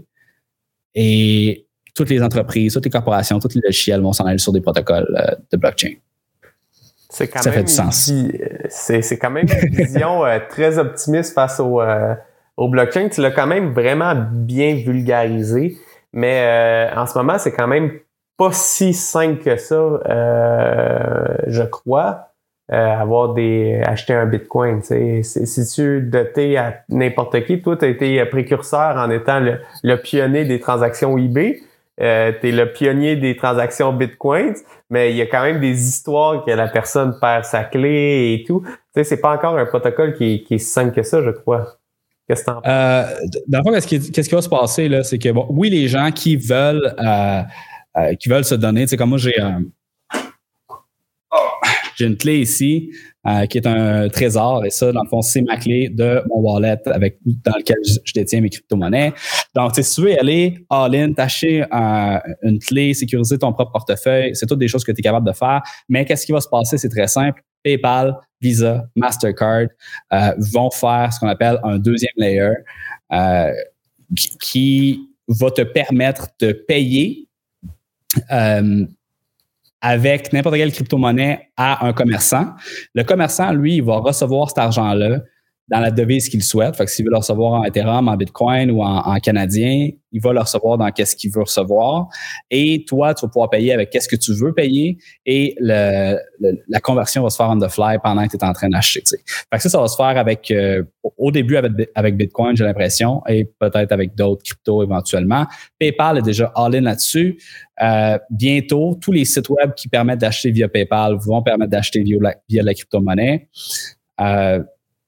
et toutes les entreprises, toutes les corporations, tous les logiciels vont s'en aller sur des protocoles euh, de blockchain. C'est quand ça même fait du sens. C'est, c'est quand même une vision euh, très optimiste face au, euh, au blockchain. Tu l'as quand même vraiment bien vulgarisé, mais euh, en ce moment, c'est quand même pas si simple que ça, euh, je crois, euh, avoir des acheter un Bitcoin. C'est, si tu doté à n'importe qui, toi, tu as été précurseur en étant le, le pionnier des transactions eBay. Euh, t'es le pionnier des transactions Bitcoin, mais il y a quand même des histoires que la personne perd sa clé et tout. Tu sais, c'est pas encore un protocole qui est, qui est si simple que ça, je crois. Qu'est-ce que t'en penses? Euh, dans le fond, qu'est-ce qui, qu'est-ce qui va se passer, là, c'est que, bon, oui, les gens qui veulent, euh, euh, qui veulent se donner, tu sais, comme moi, j'ai, euh, j'ai une clé ici, euh, qui est un trésor, et ça, dans le fond, c'est ma clé de mon wallet avec, dans lequel je, je détiens mes crypto-monnaies. Donc, si tu veux y aller all-in, t'acheter euh, une clé, sécuriser ton propre portefeuille, c'est toutes des choses que tu es capable de faire. Mais qu'est-ce qui va se passer? C'est très simple. PayPal, Visa, Mastercard euh, vont faire ce qu'on appelle un deuxième layer euh, qui, qui va te permettre de payer euh, avec n'importe quelle crypto-monnaie à un commerçant. Le commerçant, lui, il va recevoir cet argent-là dans la devise qu'il souhaite. Fait que s'il veut le recevoir en Ethereum, en Bitcoin ou en, en canadien, il va le recevoir dans qu'est-ce qu'il veut recevoir. Et toi, tu vas pouvoir payer avec qu'est-ce que tu veux payer et le, le, la conversion va se faire on the fly pendant que tu es en train d'acheter. Tu sais. Fait que ça, ça va se faire avec euh, au début avec, avec Bitcoin, j'ai l'impression, et peut-être avec d'autres cryptos éventuellement. PayPal est déjà all-in là-dessus. Euh, bientôt, tous les sites web qui permettent d'acheter via PayPal vont permettre d'acheter via la, via la crypto-monnaie. Euh,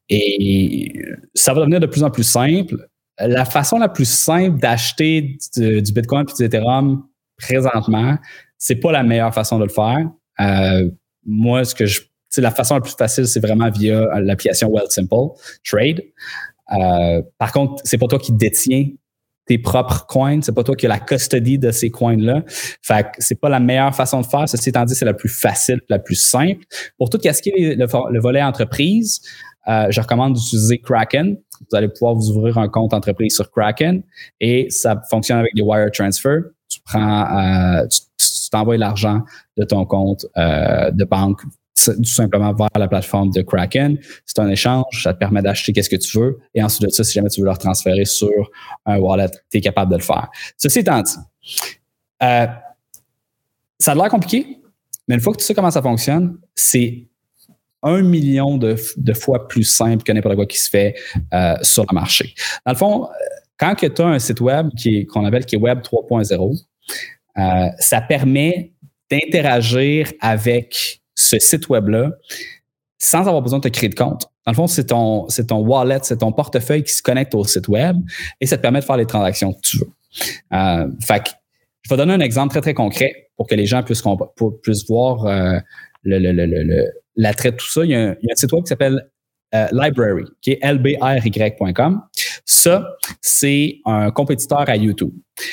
Et ça va devenir de plus en plus simple. La façon la plus simple d'acheter du, du Bitcoin et du Ethereum présentement, c'est pas la meilleure façon de le faire. Euh, moi, ce que je, la façon la plus facile, c'est vraiment via l'application Wealthsimple Trade. Euh, par contre, c'est pas toi qui détiens tes propres coins, c'est pas toi qui as la custody de ces coins-là. Fait que c'est pas la meilleure façon de faire. Ceci étant dit, c'est la plus facile, la plus simple. Pour tout ce qui est le, le volet entreprise, Euh, je recommande d'utiliser Kraken. Vous allez pouvoir vous ouvrir un compte entreprise sur Kraken et ça fonctionne avec des wire transfer. Tu prends, euh, tu, tu t'envoies l'argent de ton compte euh, de banque tout simplement vers la plateforme de Kraken. C'est un échange, ça te permet d'acheter qu'est-ce que tu veux et ensuite de ça, si jamais tu veux le transférer sur un wallet, tu es capable de le faire. Ceci étant dit, euh, ça a l'air compliqué, mais une fois que tu sais comment ça fonctionne, c'est un million de, de fois plus simple que n'importe quoi qui se fait euh, sur le marché. Dans le fond, quand tu as un site web qui est, qu'on appelle qui est Web trois point zéro, euh, ça permet d'interagir avec ce site web-là sans avoir besoin de te créer de compte. Dans le fond, c'est ton, c'est ton wallet, c'est ton portefeuille qui se connecte au site web et ça te permet de faire les transactions que tu veux. Euh, fait que, je vais donner un exemple très, très concret pour que les gens puissent, puissent voir euh, le, le, le, le, l'attrait de tout ça, il y a un, il y a un site web qui s'appelle euh, Library, qui est L B R Y point com. Ça, c'est un compétiteur à YouTube.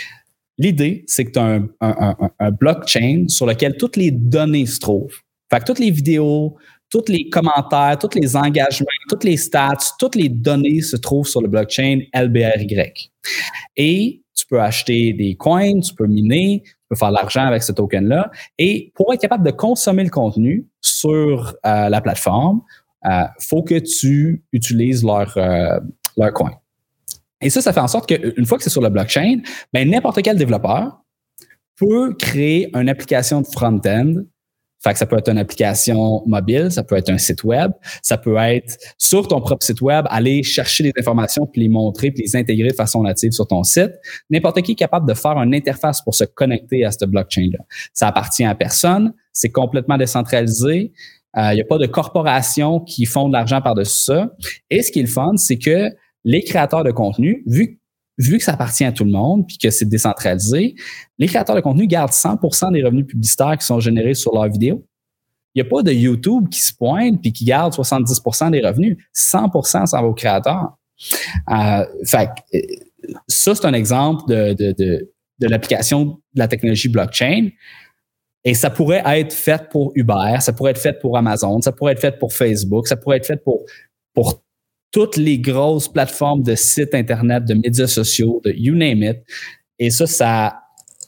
L'idée, c'est que tu as un, un, un, un blockchain sur lequel toutes les données se trouvent. Fait que toutes les vidéos, tous les commentaires, tous les engagements, toutes les stats, toutes les données se trouvent sur le blockchain L B R Y. Et tu peux acheter des coins, tu peux miner, tu peux faire de l'argent avec ce token-là. Et pour être capable de consommer le contenu sur euh, la plateforme, il euh, faut que tu utilises leur, euh, leur coin. Et ça, ça fait en sorte qu'une fois que c'est sur le blockchain, ben, n'importe quel développeur peut créer une application de front-end. Fait que ça peut être une application mobile, ça peut être un site web, ça peut être sur ton propre site web, aller chercher des informations puis les montrer puis les intégrer de façon native sur ton site. N'importe qui est capable de faire une interface pour se connecter à cette blockchain-là. Ça appartient à personne, c'est complètement décentralisé. Il euh, n'y a pas de corporations qui font de l'argent par-dessus ça. Et ce qui est le fun, c'est que les créateurs de contenu, vu, vu que ça appartient à tout le monde puis que c'est décentralisé, les créateurs de contenu gardent cent pour cent des revenus publicitaires qui sont générés sur leurs vidéos. Il n'y a pas de YouTube qui se pointe puis qui garde soixante-dix pour cent des revenus. cent pour cent s'en va aux créateurs. Euh, fait ça, c'est un exemple de, de, de, de l'application de la technologie blockchain. Et ça pourrait être fait pour Uber, ça pourrait être fait pour Amazon, ça pourrait être fait pour Facebook, ça pourrait être fait pour, pour toutes les grosses plateformes de sites Internet, de médias sociaux, de you name it. Et ça, ça,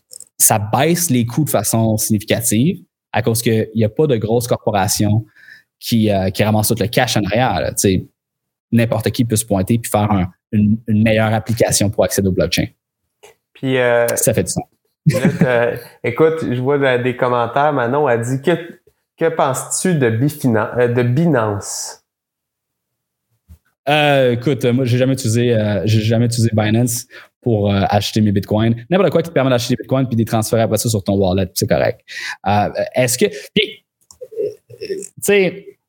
ça baisse les coûts de façon significative à cause qu'il n'y a pas de grosses corporations qui, euh, qui ramassent tout le cash en arrière. Tu sais, n'importe qui peut se pointer et faire un, une, une meilleure application pour accéder au blockchain. Puis, euh, ça fait du sens. Là, écoute, je vois des commentaires. Manon a dit que, que penses-tu de, Bifinan- de Binance? Euh, écoute, moi, j'ai jamais utilisé, euh, j'ai jamais utilisé Binance pour euh, acheter mes bitcoins. N'importe quoi qui te permet d'acheter des bitcoins puis de les transférer après ça sur ton wallet, c'est correct. Euh, est-ce que, puis, tu sais,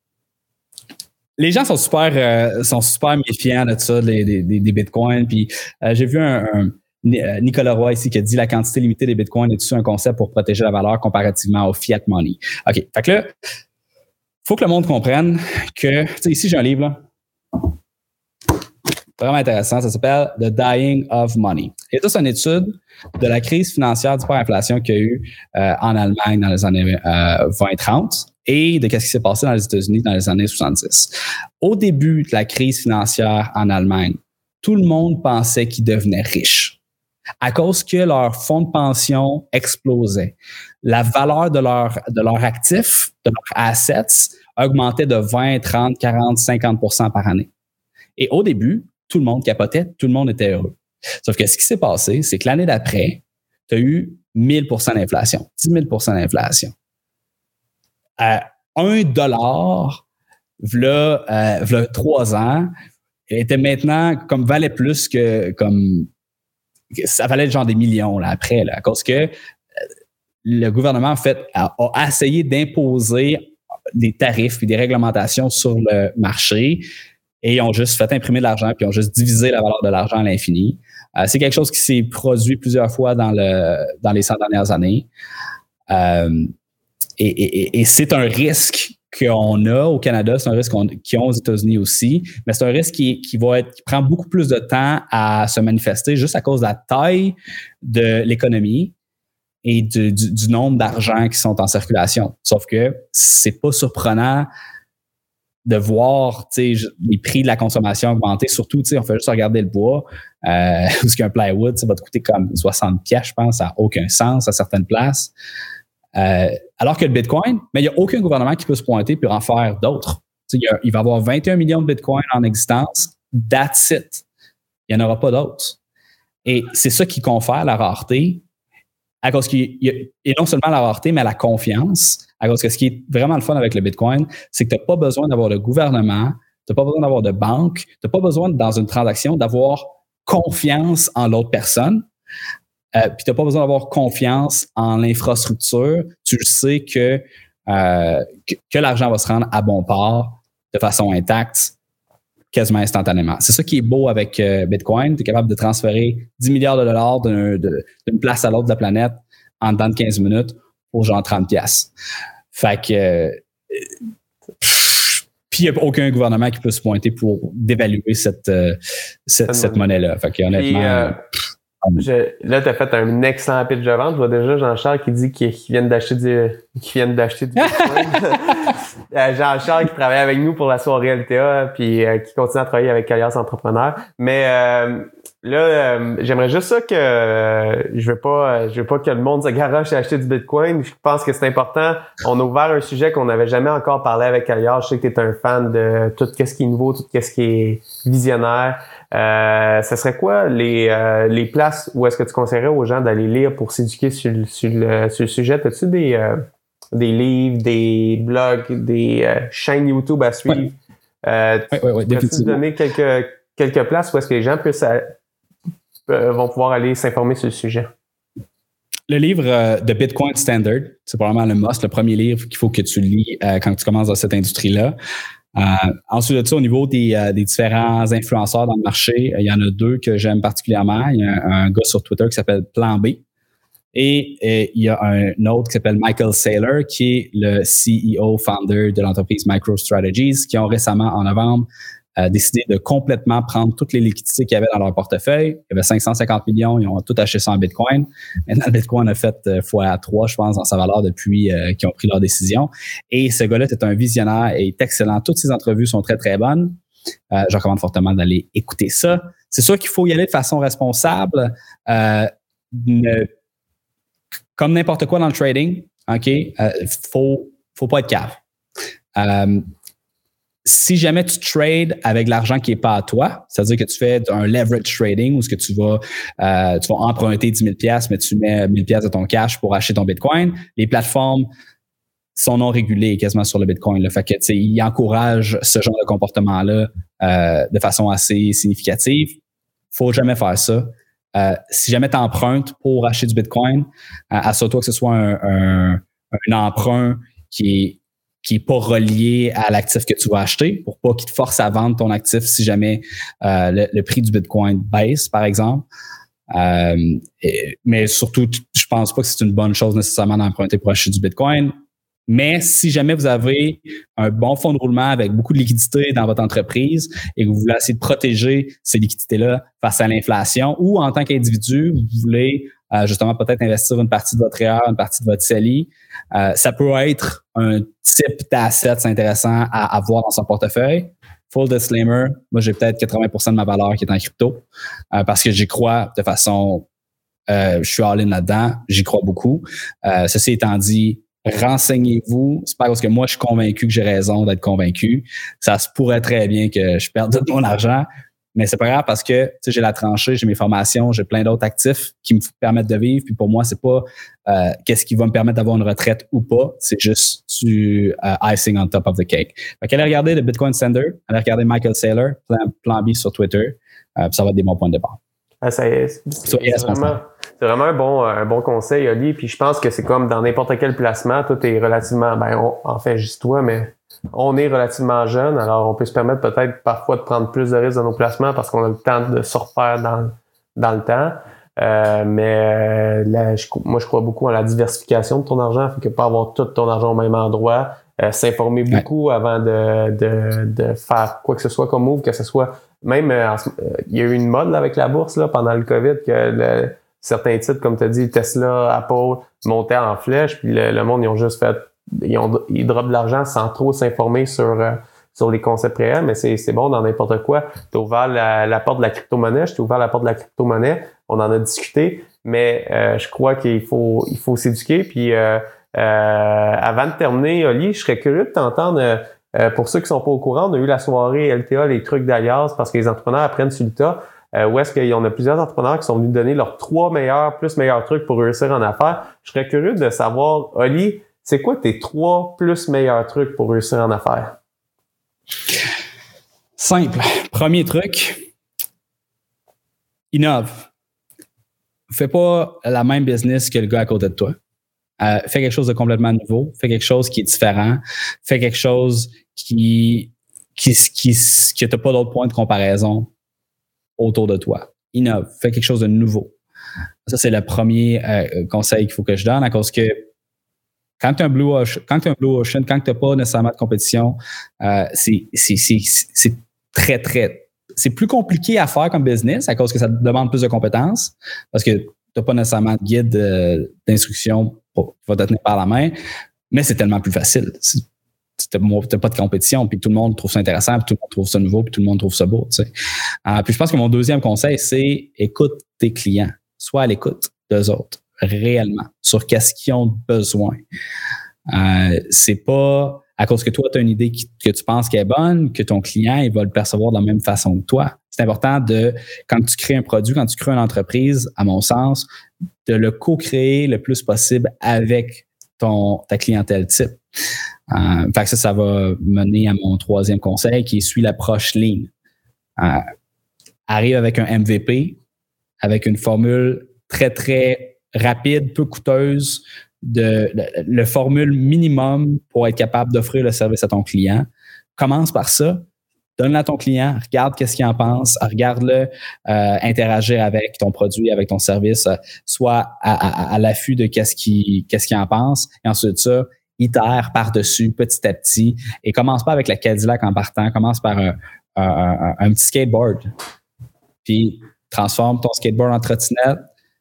les gens sont super, euh, sont super méfiants de ça, des, des, des bitcoins. Puis, euh, j'ai vu un, un Nicolas Roy ici qui a dit la quantité limitée des bitcoins est-tu un concept pour protéger la valeur comparativement au fiat money. Ok, fait que là, faut que le monde comprenne que, tu sais, ici j'ai un livre là. Vraiment intéressant. Ça s'appelle The Dying of Money. Et ça, c'est une étude de la crise financière d'hyperinflation qu'il y a eu euh, en Allemagne dans les années euh, vingt trente et de ce qui s'est passé dans les États-Unis dans les années soixante-dix. Au début de la crise financière en Allemagne, tout le monde pensait qu'ils devenaient riches à cause que leur fonds de pension explosait. La valeur de leur, de leurs actifs, de leurs assets, augmentait de vingt, trente, quarante, cinquante pour cent par année. Et au début, tout le monde capotait, tout le monde était heureux. Sauf que ce qui s'est passé, c'est que l'année d'après, tu as eu mille pour cent d'inflation, dix mille pour cent d'inflation. À un dollar, v'là, euh, v'là trois ans, était maintenant comme valait plus que comme ça valait genre des millions là après là, à cause que le gouvernement en fait a, a essayé d'imposer des tarifs et des réglementations sur le marché et ils ont juste fait imprimer de l'argent puis ils ont juste divisé la valeur de l'argent à l'infini. Euh, c'est quelque chose qui s'est produit plusieurs fois dans le dans les cent dernières années. Euh, et, et, et c'est un risque qu'on a au Canada, c'est un risque qu'on, qu'ils ont aux États-Unis aussi, mais c'est un risque qui, qui va être, qui prend beaucoup plus de temps à se manifester juste à cause de la taille de l'économie et du, du, du nombre d'argent qui sont en circulation. Sauf que c'est pas surprenant de voir, tu sais, les prix de la consommation augmenter. Surtout, tu sais, on fait juste regarder le bois, euh, parce qu'un plywood, ça va te coûter comme soixante piastres, je pense, ça n'a aucun sens à certaines places. Euh, alors que le Bitcoin, mais il n'y a aucun gouvernement qui peut se pointer puis en faire d'autres. Tu sais, il, y a, il va y avoir vingt et un millions de Bitcoin en existence. That's it. Il n'y en aura pas d'autres. Et c'est ça qui confère la rareté, à cause qu'il y a, et non seulement la rareté, mais la confiance. À cause que ce qui est vraiment le fun avec le Bitcoin, c'est que tu n'as pas besoin d'avoir de gouvernement, tu n'as pas besoin d'avoir de banque, tu n'as pas besoin, dans une transaction, d'avoir confiance en l'autre personne. Euh, puis tu n'as pas besoin d'avoir confiance en l'infrastructure. Tu le sais que, euh, que, que l'argent va se rendre à bon port de façon intacte, quasiment instantanément. C'est ça qui est beau avec euh, Bitcoin. Tu es capable de transférer dix milliards de dollars d'un, de, d'une place à l'autre de la planète en dedans de quinze minutes pour genre trente piastres. Fait que... Euh, puis il n'y a aucun gouvernement qui peut se pointer pour dévaluer cette, euh, cette, cette monnaie-là. Fait que honnêtement. Puis, euh, je, là, tu as fait un excellent pitch de vente. Je vois déjà Jean-Charles qui dit qu'il vient d'acheter du, qu'il vient d'acheter du Bitcoin. Jean-Charles qui travaille avec nous pour la soirée L T A puis euh, qui continue à travailler avec Alias Entrepreneur. Mais euh, là, euh, j'aimerais juste ça que euh, je veux pas je veux pas que le monde se garoche à acheter du Bitcoin. Je pense que c'est important. On a ouvert un sujet qu'on n'avait jamais encore parlé avec Alias. Je sais que tu es un fan de tout ce qui est nouveau, tout ce qui est visionnaire. Euh, ce serait quoi les euh, les places où est-ce que tu conseillerais aux gens d'aller lire pour s'éduquer sur, sur, le, sur le sujet? As-tu des euh, des livres, des blogs, des euh, chaînes YouTube à suivre? Oui, euh, oui, oui, oui, peux-tu donner quelques quelques places où est-ce que les gens puissent, euh, vont pouvoir aller s'informer sur le sujet? Le livre euh, de Bitcoin Standard, c'est probablement le must, le premier livre qu'il faut que tu lis euh, quand tu commences dans cette industrie-là. Euh, ensuite de ça, au niveau des, euh, des différents influenceurs dans le marché, euh, il y en a deux que j'aime particulièrement. Il y a un, un gars sur Twitter qui s'appelle Plan B et, et il y a un autre qui s'appelle Michael Saylor qui est le C E O, founder de l'entreprise MicroStrategies qui ont récemment, en novembre, euh, décidé de complètement prendre toutes les liquidités qu'il y avait dans leur portefeuille. Il y avait cinq cent cinquante millions, ils ont tout acheté ça en Bitcoin. Maintenant, le Bitcoin a fait euh, fois trois, je pense, dans sa valeur depuis euh, qu'ils ont pris leur décision. Et ce gars-là est un visionnaire et est excellent. Toutes ses entrevues sont très, très bonnes. Euh, je recommande fortement d'aller écouter ça. C'est sûr qu'il faut y aller de façon responsable. Euh, ne, comme n'importe quoi dans le trading, OK, euh, faut, faut pas être cave. Euh, Si jamais tu trades avec l'argent qui est pas à toi, c'est-à-dire que tu fais un leverage trading où ce que tu vas euh, tu vas emprunter dix mille dollars mais tu mets mille dollars de ton cash pour acheter ton Bitcoin, les plateformes sont non régulées quasiment sur le Bitcoin. Là. Fait que, tu sais, ils encouragent ce genre de comportement-là euh, de façon assez significative. Faut jamais faire ça. Euh, si jamais tu empruntes pour acheter du Bitcoin, euh, assure-toi que ce soit un, un, un emprunt qui est qui est pas relié à l'actif que tu vas acheter pour pas qu'il te force à vendre ton actif si jamais euh, le, le prix du Bitcoin baisse, par exemple. Euh, et, mais surtout, je pense pas que c'est une bonne chose nécessairement d'emprunter pour acheter du Bitcoin. Mais si jamais vous avez un bon fonds de roulement avec beaucoup de liquidités dans votre entreprise et que vous voulez essayer de protéger ces liquidités-là face à l'inflation ou en tant qu'individu, vous voulez euh, justement peut-être investir une partie de votre R E E R, une partie de votre C E L I, euh, ça peut être un type d'assets intéressant à avoir dans son portefeuille. Full disclaimer, moi j'ai peut-être quatre-vingts pour cent de ma valeur qui est en crypto euh, parce que j'y crois de façon, euh, je suis all-in là-dedans, j'y crois beaucoup. Euh, ceci étant dit, renseignez-vous. C'est pas parce que moi, je suis convaincu que j'ai raison d'être convaincu. Ça se pourrait très bien que je perde tout mon argent, mais c'est pas grave parce que tu sais, j'ai la tranchée, j'ai mes formations, j'ai plein d'autres actifs qui me permettent de vivre. Puis pour moi, c'est pas euh, qu'est-ce qui va me permettre d'avoir une retraite ou pas. C'est juste du uh, icing on top of the cake. Fait qu'allez regarder le Bitcoin Standard, allez regarder Michael Saylor, plan, plan B sur Twitter. Euh, puis ça va être des bons points de départ. Ah, ça, c'est, c'est, c'est, vraiment, c'est vraiment un bon, un bon conseil, Oli. Puis je pense que c'est comme dans n'importe quel placement, tout est relativement, ben, on, en fait, juste toi, mais on est relativement jeune. Alors, on peut se permettre peut-être parfois de prendre plus de risques dans nos placements parce qu'on a le temps de se refaire dans, dans le temps. Euh, mais là, je, moi, je crois beaucoup en la diversification de ton argent. Fait que pas avoir tout ton argent au même endroit. Euh, s'informer beaucoup ouais. avant de, de, de faire quoi que ce soit comme move, que ce soit même, euh, il y a eu une mode là, avec la bourse là, pendant le COVID que le, certains titres, comme tu as dit, Tesla, Apple, montaient en flèche, puis le, le monde, ils ont juste fait, ils, ont, ils dropent de l'argent sans trop s'informer sur, euh, sur les concepts réels, mais c'est, c'est bon dans n'importe quoi. Tu as ouvert la, la porte de la crypto-monnaie, je t'ai ouvert la porte de la crypto-monnaie, on en a discuté, mais euh, je crois qu'il faut, il faut s'éduquer, puis euh, euh, avant de terminer, Oli, je serais curieux de t'entendre. Euh, Euh, pour ceux qui sont pas au courant, on a eu la soirée L T A, les trucs d'Alias, parce que les entrepreneurs apprennent sur le tas. Euh, où est-ce qu'il y en a plusieurs entrepreneurs qui sont venus donner leurs trois meilleurs, plus meilleurs trucs pour réussir en affaires. Je serais curieux de savoir, Oli, c'est quoi tes trois plus meilleurs trucs pour réussir en affaires? Simple. Premier truc, innove. Fais pas la même business que le gars à côté de toi. Euh, fais quelque chose de complètement nouveau, fais quelque chose qui est différent, fais quelque chose qui qui qui que t'as pas d'autres points de comparaison autour de toi. Innove, fais quelque chose de nouveau. Ça c'est le premier euh, conseil qu'il faut que je donne à cause que quand tu as un Blue Ocean, quand tu as un Blue Ocean, quand tu n'as pas nécessairement de compétition, euh, c'est, c'est, c'est, c'est très, très... C'est plus compliqué à faire comme business à cause que ça te demande plus de compétences parce que tu n'as pas nécessairement de guide euh, d'instruction pour, qui va te tenir par la main, mais c'est tellement plus facile. Tu n'as pas de compétition, puis tout le monde trouve ça intéressant, puis tout le monde trouve ça nouveau, puis tout le monde trouve ça beau. Tu sais. Euh, puis je pense que mon deuxième conseil, c'est écoute tes clients. Sois à l'écoute d'eux autres, réellement, sur qu'est-ce qu'ils ont besoin. Euh, c'est pas à cause que toi, tu as une idée qui, que tu penses qu'elle est bonne, que ton client, il va le percevoir de la même façon que toi. C'est important de, quand tu crées un produit, quand tu crées une entreprise, à mon sens, de le co-créer le plus possible avec ton, ta clientèle type. Euh, fait que ça, ça va mener à mon troisième conseil qui suit l'approche lean. Euh, arrive avec un M V P, avec une formule très, très rapide, peu coûteuse, de, de le formule minimum pour être capable d'offrir le service à ton client. Commence par ça. Donne-le à ton client, regarde qu'est-ce qu'il en pense, regarde-le euh, interagir avec ton produit, avec ton service, euh, soit à, à, à l'affût de qu'est-ce qu'il, qu'est-ce qu'il en pense. Et ensuite ça, itère par-dessus petit à petit et commence pas avec la Cadillac en partant, commence par un, un, un, un petit skateboard. Puis transforme ton skateboard en trottinette,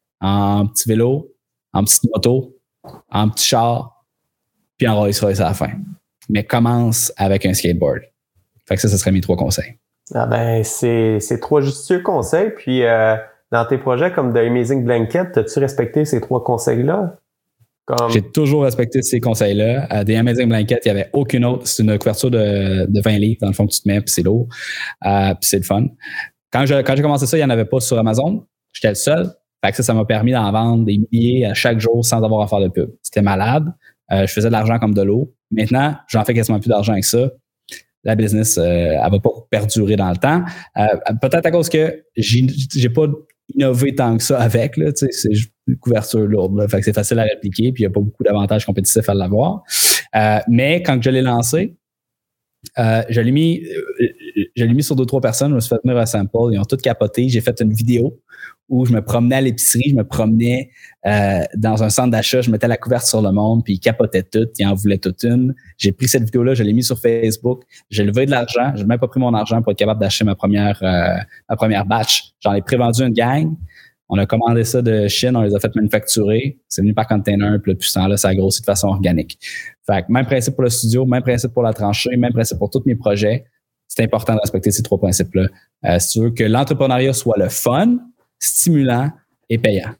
en petit vélo, en petite moto, en petit char, puis en Rolls-Royce à la fin. Mais commence avec un skateboard. Fait que ça, ce serait mes trois conseils. Ah ben, c'est, c'est trois judicieux conseils. Puis, euh, dans tes projets comme The Amazing Blanket, as-tu respecté ces trois conseils-là? Comme... J'ai toujours respecté ces conseils-là. À The Amazing Blanket, il n'y avait aucune autre. C'est une couverture de, de vingt livres, dans le fond, que tu te mets, puis c'est lourd. Euh, puis c'est le fun. Quand, je, quand j'ai commencé ça, il n'y en avait pas sur Amazon. J'étais le seul. Fait que ça, ça m'a permis d'en vendre des milliers à chaque jour sans avoir à faire de pub. C'était malade. Euh, je faisais de l'argent comme de l'eau. Maintenant, j'en fais quasiment plus d'argent avec ça. La business, euh, elle va pas perdurer dans le temps. Euh, peut-être à cause que j'ai, j'ai pas innové tant que ça avec, là, tu sais, c'est une couverture lourde, là, fait que c'est facile à répliquer, puis il y a pas beaucoup d'avantages compétitifs à l'avoir. Euh, mais quand je l'ai lancé, euh, je l'ai mis, euh, je l'ai mis sur deux, trois personnes, je me suis fait venir un sample, ils ont tous capoté. J'ai fait une vidéo où je me promenais à l'épicerie, je me promenais euh, dans un centre d'achat, je mettais la couverture sur le monde, puis ils capotaient tout, ils en voulaient toute une. J'ai pris cette vidéo-là, je l'ai mis sur Facebook, j'ai levé de l'argent, j'ai même pas pris mon argent pour être capable d'acheter ma première euh, ma première batch. J'en ai prévendu une gang. On a commandé ça de Chine, on les a fait manufacturer. C'est venu par container, puis depuis ce temps-là, ça a grossi de façon organique. Fait que même principe pour le studio, même principe pour la tranchée, même principe pour tous mes projets. C'est important de respecter ces trois principes-là. Euh, si tu veux que l'entrepreneuriat soit le fun, stimulant et payant.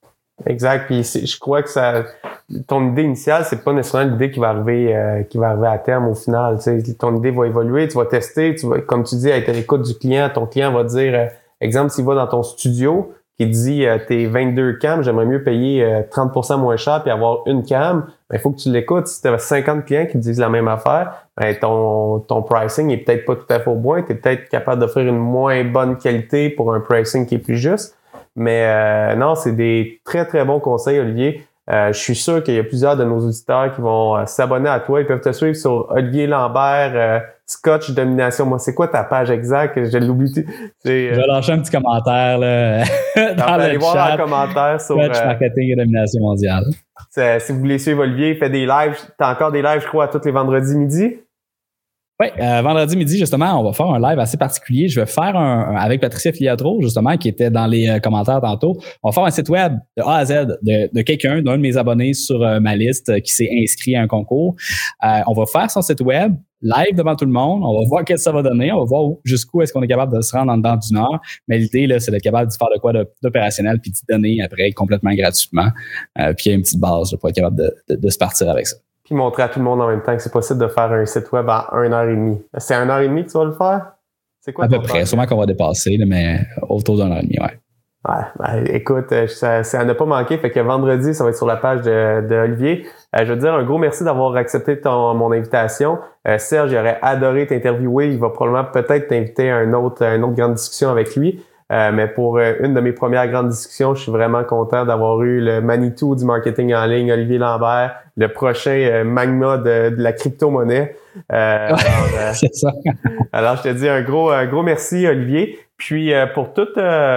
Exact. Puis je crois que ça, ton idée initiale, c'est pas nécessairement l'idée qui va arriver, euh, qui va arriver à terme au final. Tu sais, ton idée va évoluer, tu vas tester, tu vas, comme tu dis, être à l'écoute du client. Ton client va dire, euh, exemple, s'il va dans ton studio, qui dit euh, tes vingt-deux cams, j'aimerais mieux payer euh, trente pour cent moins cher puis avoir une cam, ben, il faut que tu l'écoutes. Si tu as cinquante clients qui te disent la même affaire, ben, ton, ton pricing est peut-être pas tout à fait au point. Tu es peut-être capable d'offrir une moins bonne qualité pour un pricing qui est plus juste. Mais euh, non, c'est des très, très bons conseils, Olivier. Euh, je suis sûr qu'il y a plusieurs de nos auditeurs qui vont euh, s'abonner à toi. Ils peuvent te suivre sur Olivier Lambert, euh, Scotch Domination. Moi, c'est quoi ta page exacte? Je l'oublie. C'est, euh, je vais lâcher un petit commentaire là, dans le allez voir chat. en commentaire sur Scotch euh, Marketing et Domination mondiale. Si vous voulez suivre Olivier, il fait des lives. Tu as encore des lives, je crois, à tous les vendredis midi? Oui, euh, vendredi midi, justement, on va faire un live assez particulier. Je vais faire un, un avec Patricia Filiatro, justement, qui était dans les euh, commentaires tantôt. On va faire un site web de A à Z de, de quelqu'un, d'un de mes abonnés sur euh, ma liste euh, qui s'est inscrit à un concours. Euh, on va faire son site web live devant tout le monde. On va voir qu'est-ce que ça va donner. On va voir où, jusqu'où est-ce qu'on est capable de se rendre en dedans d'une heure. Mais l'idée, là, c'est d'être capable de faire de quoi d'opérationnel puis de donner après complètement gratuitement. Euh, puis il y a une petite base là, pour être capable de, de, de se partir avec ça. Puis montrer à tout le monde en même temps que c'est possible de faire un site web en une heure et demie. C'est une heure et demie que tu vas le faire? C'est quoi? À peu près. Sûrement qu'on va dépasser, là, mais autour d'une heure et demie, ouais. Ouais, ben, écoute, ça, ça n'a pas manqué. Fait que vendredi, ça va être sur la page de, de Olivier. Euh, je veux dire un gros merci d'avoir accepté ton, mon invitation. Euh, Serge, j'aurais adoré t'interviewer. Il va probablement peut-être t'inviter à un autre, à une autre grande discussion avec lui. Euh, mais pour euh, une de mes premières grandes discussions, je suis vraiment content d'avoir eu le Manitou du marketing en ligne, Olivier Lambert, le prochain euh, magma de, de la crypto-monnaie. Euh, alors, euh, c'est ça. alors, je te dis un gros, un gros merci, Olivier. Puis, euh, pour tout, euh,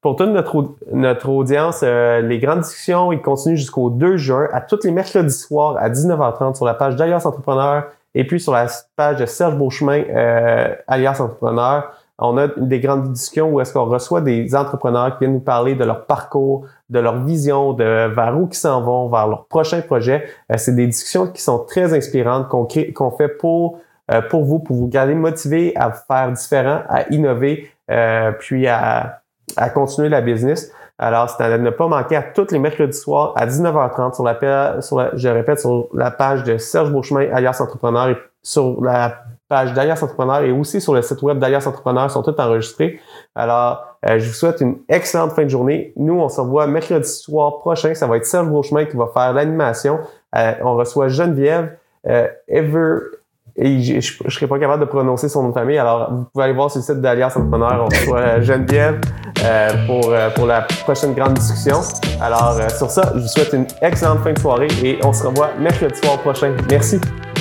pour toute notre, notre audience, euh, les grandes discussions, ils continuent jusqu'au deux juin, à tous les mercredis soirs à dix-neuf heures trente sur la page d'Alias Entrepreneur et puis sur la page de Serge Beauchemin, euh, Alias Entrepreneur. On a des grandes discussions où est-ce qu'on reçoit des entrepreneurs qui viennent nous parler de leur parcours, de leur vision, de vers où ils s'en vont, vers leur prochain projet. Euh, c'est des discussions qui sont très inspirantes, qu'on, crée, qu'on fait pour, euh, pour vous, pour vous garder motivé à faire différent, à innover, euh, puis à, à continuer la business. Alors, c'est à ne pas manquer à tous les mercredis soirs à dix-neuf heures trente sur la, sur la, je répète, sur la page de Serge Beauchemin, Alias Entrepreneur, et sur la page d'Alias Entrepreneur et aussi sur le site web d'Alias Entrepreneur sont toutes enregistrées. Alors, euh, je vous souhaite une excellente fin de journée. Nous, on se revoit mercredi soir prochain. Ça va être Serge Beauchemin qui va faire l'animation. Euh, on reçoit Geneviève euh, Ever... Et je ne serais pas capable de prononcer son nom de famille. Alors, vous pouvez aller voir sur le site d'Alias Entrepreneur. On reçoit Geneviève euh, pour, euh, pour la prochaine grande discussion. Alors, euh, sur ça, je vous souhaite une excellente fin de soirée et on se revoit mercredi soir prochain. Merci.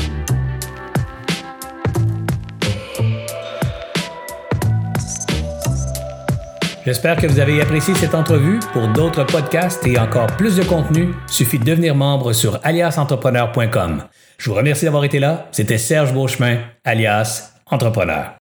J'espère que vous avez apprécié cette entrevue. Pour d'autres podcasts et encore plus de contenu, suffit de devenir membre sur alias entrepreneur point com. Je vous remercie d'avoir été là. C'était Serge Beauchemin, Alias Entrepreneur.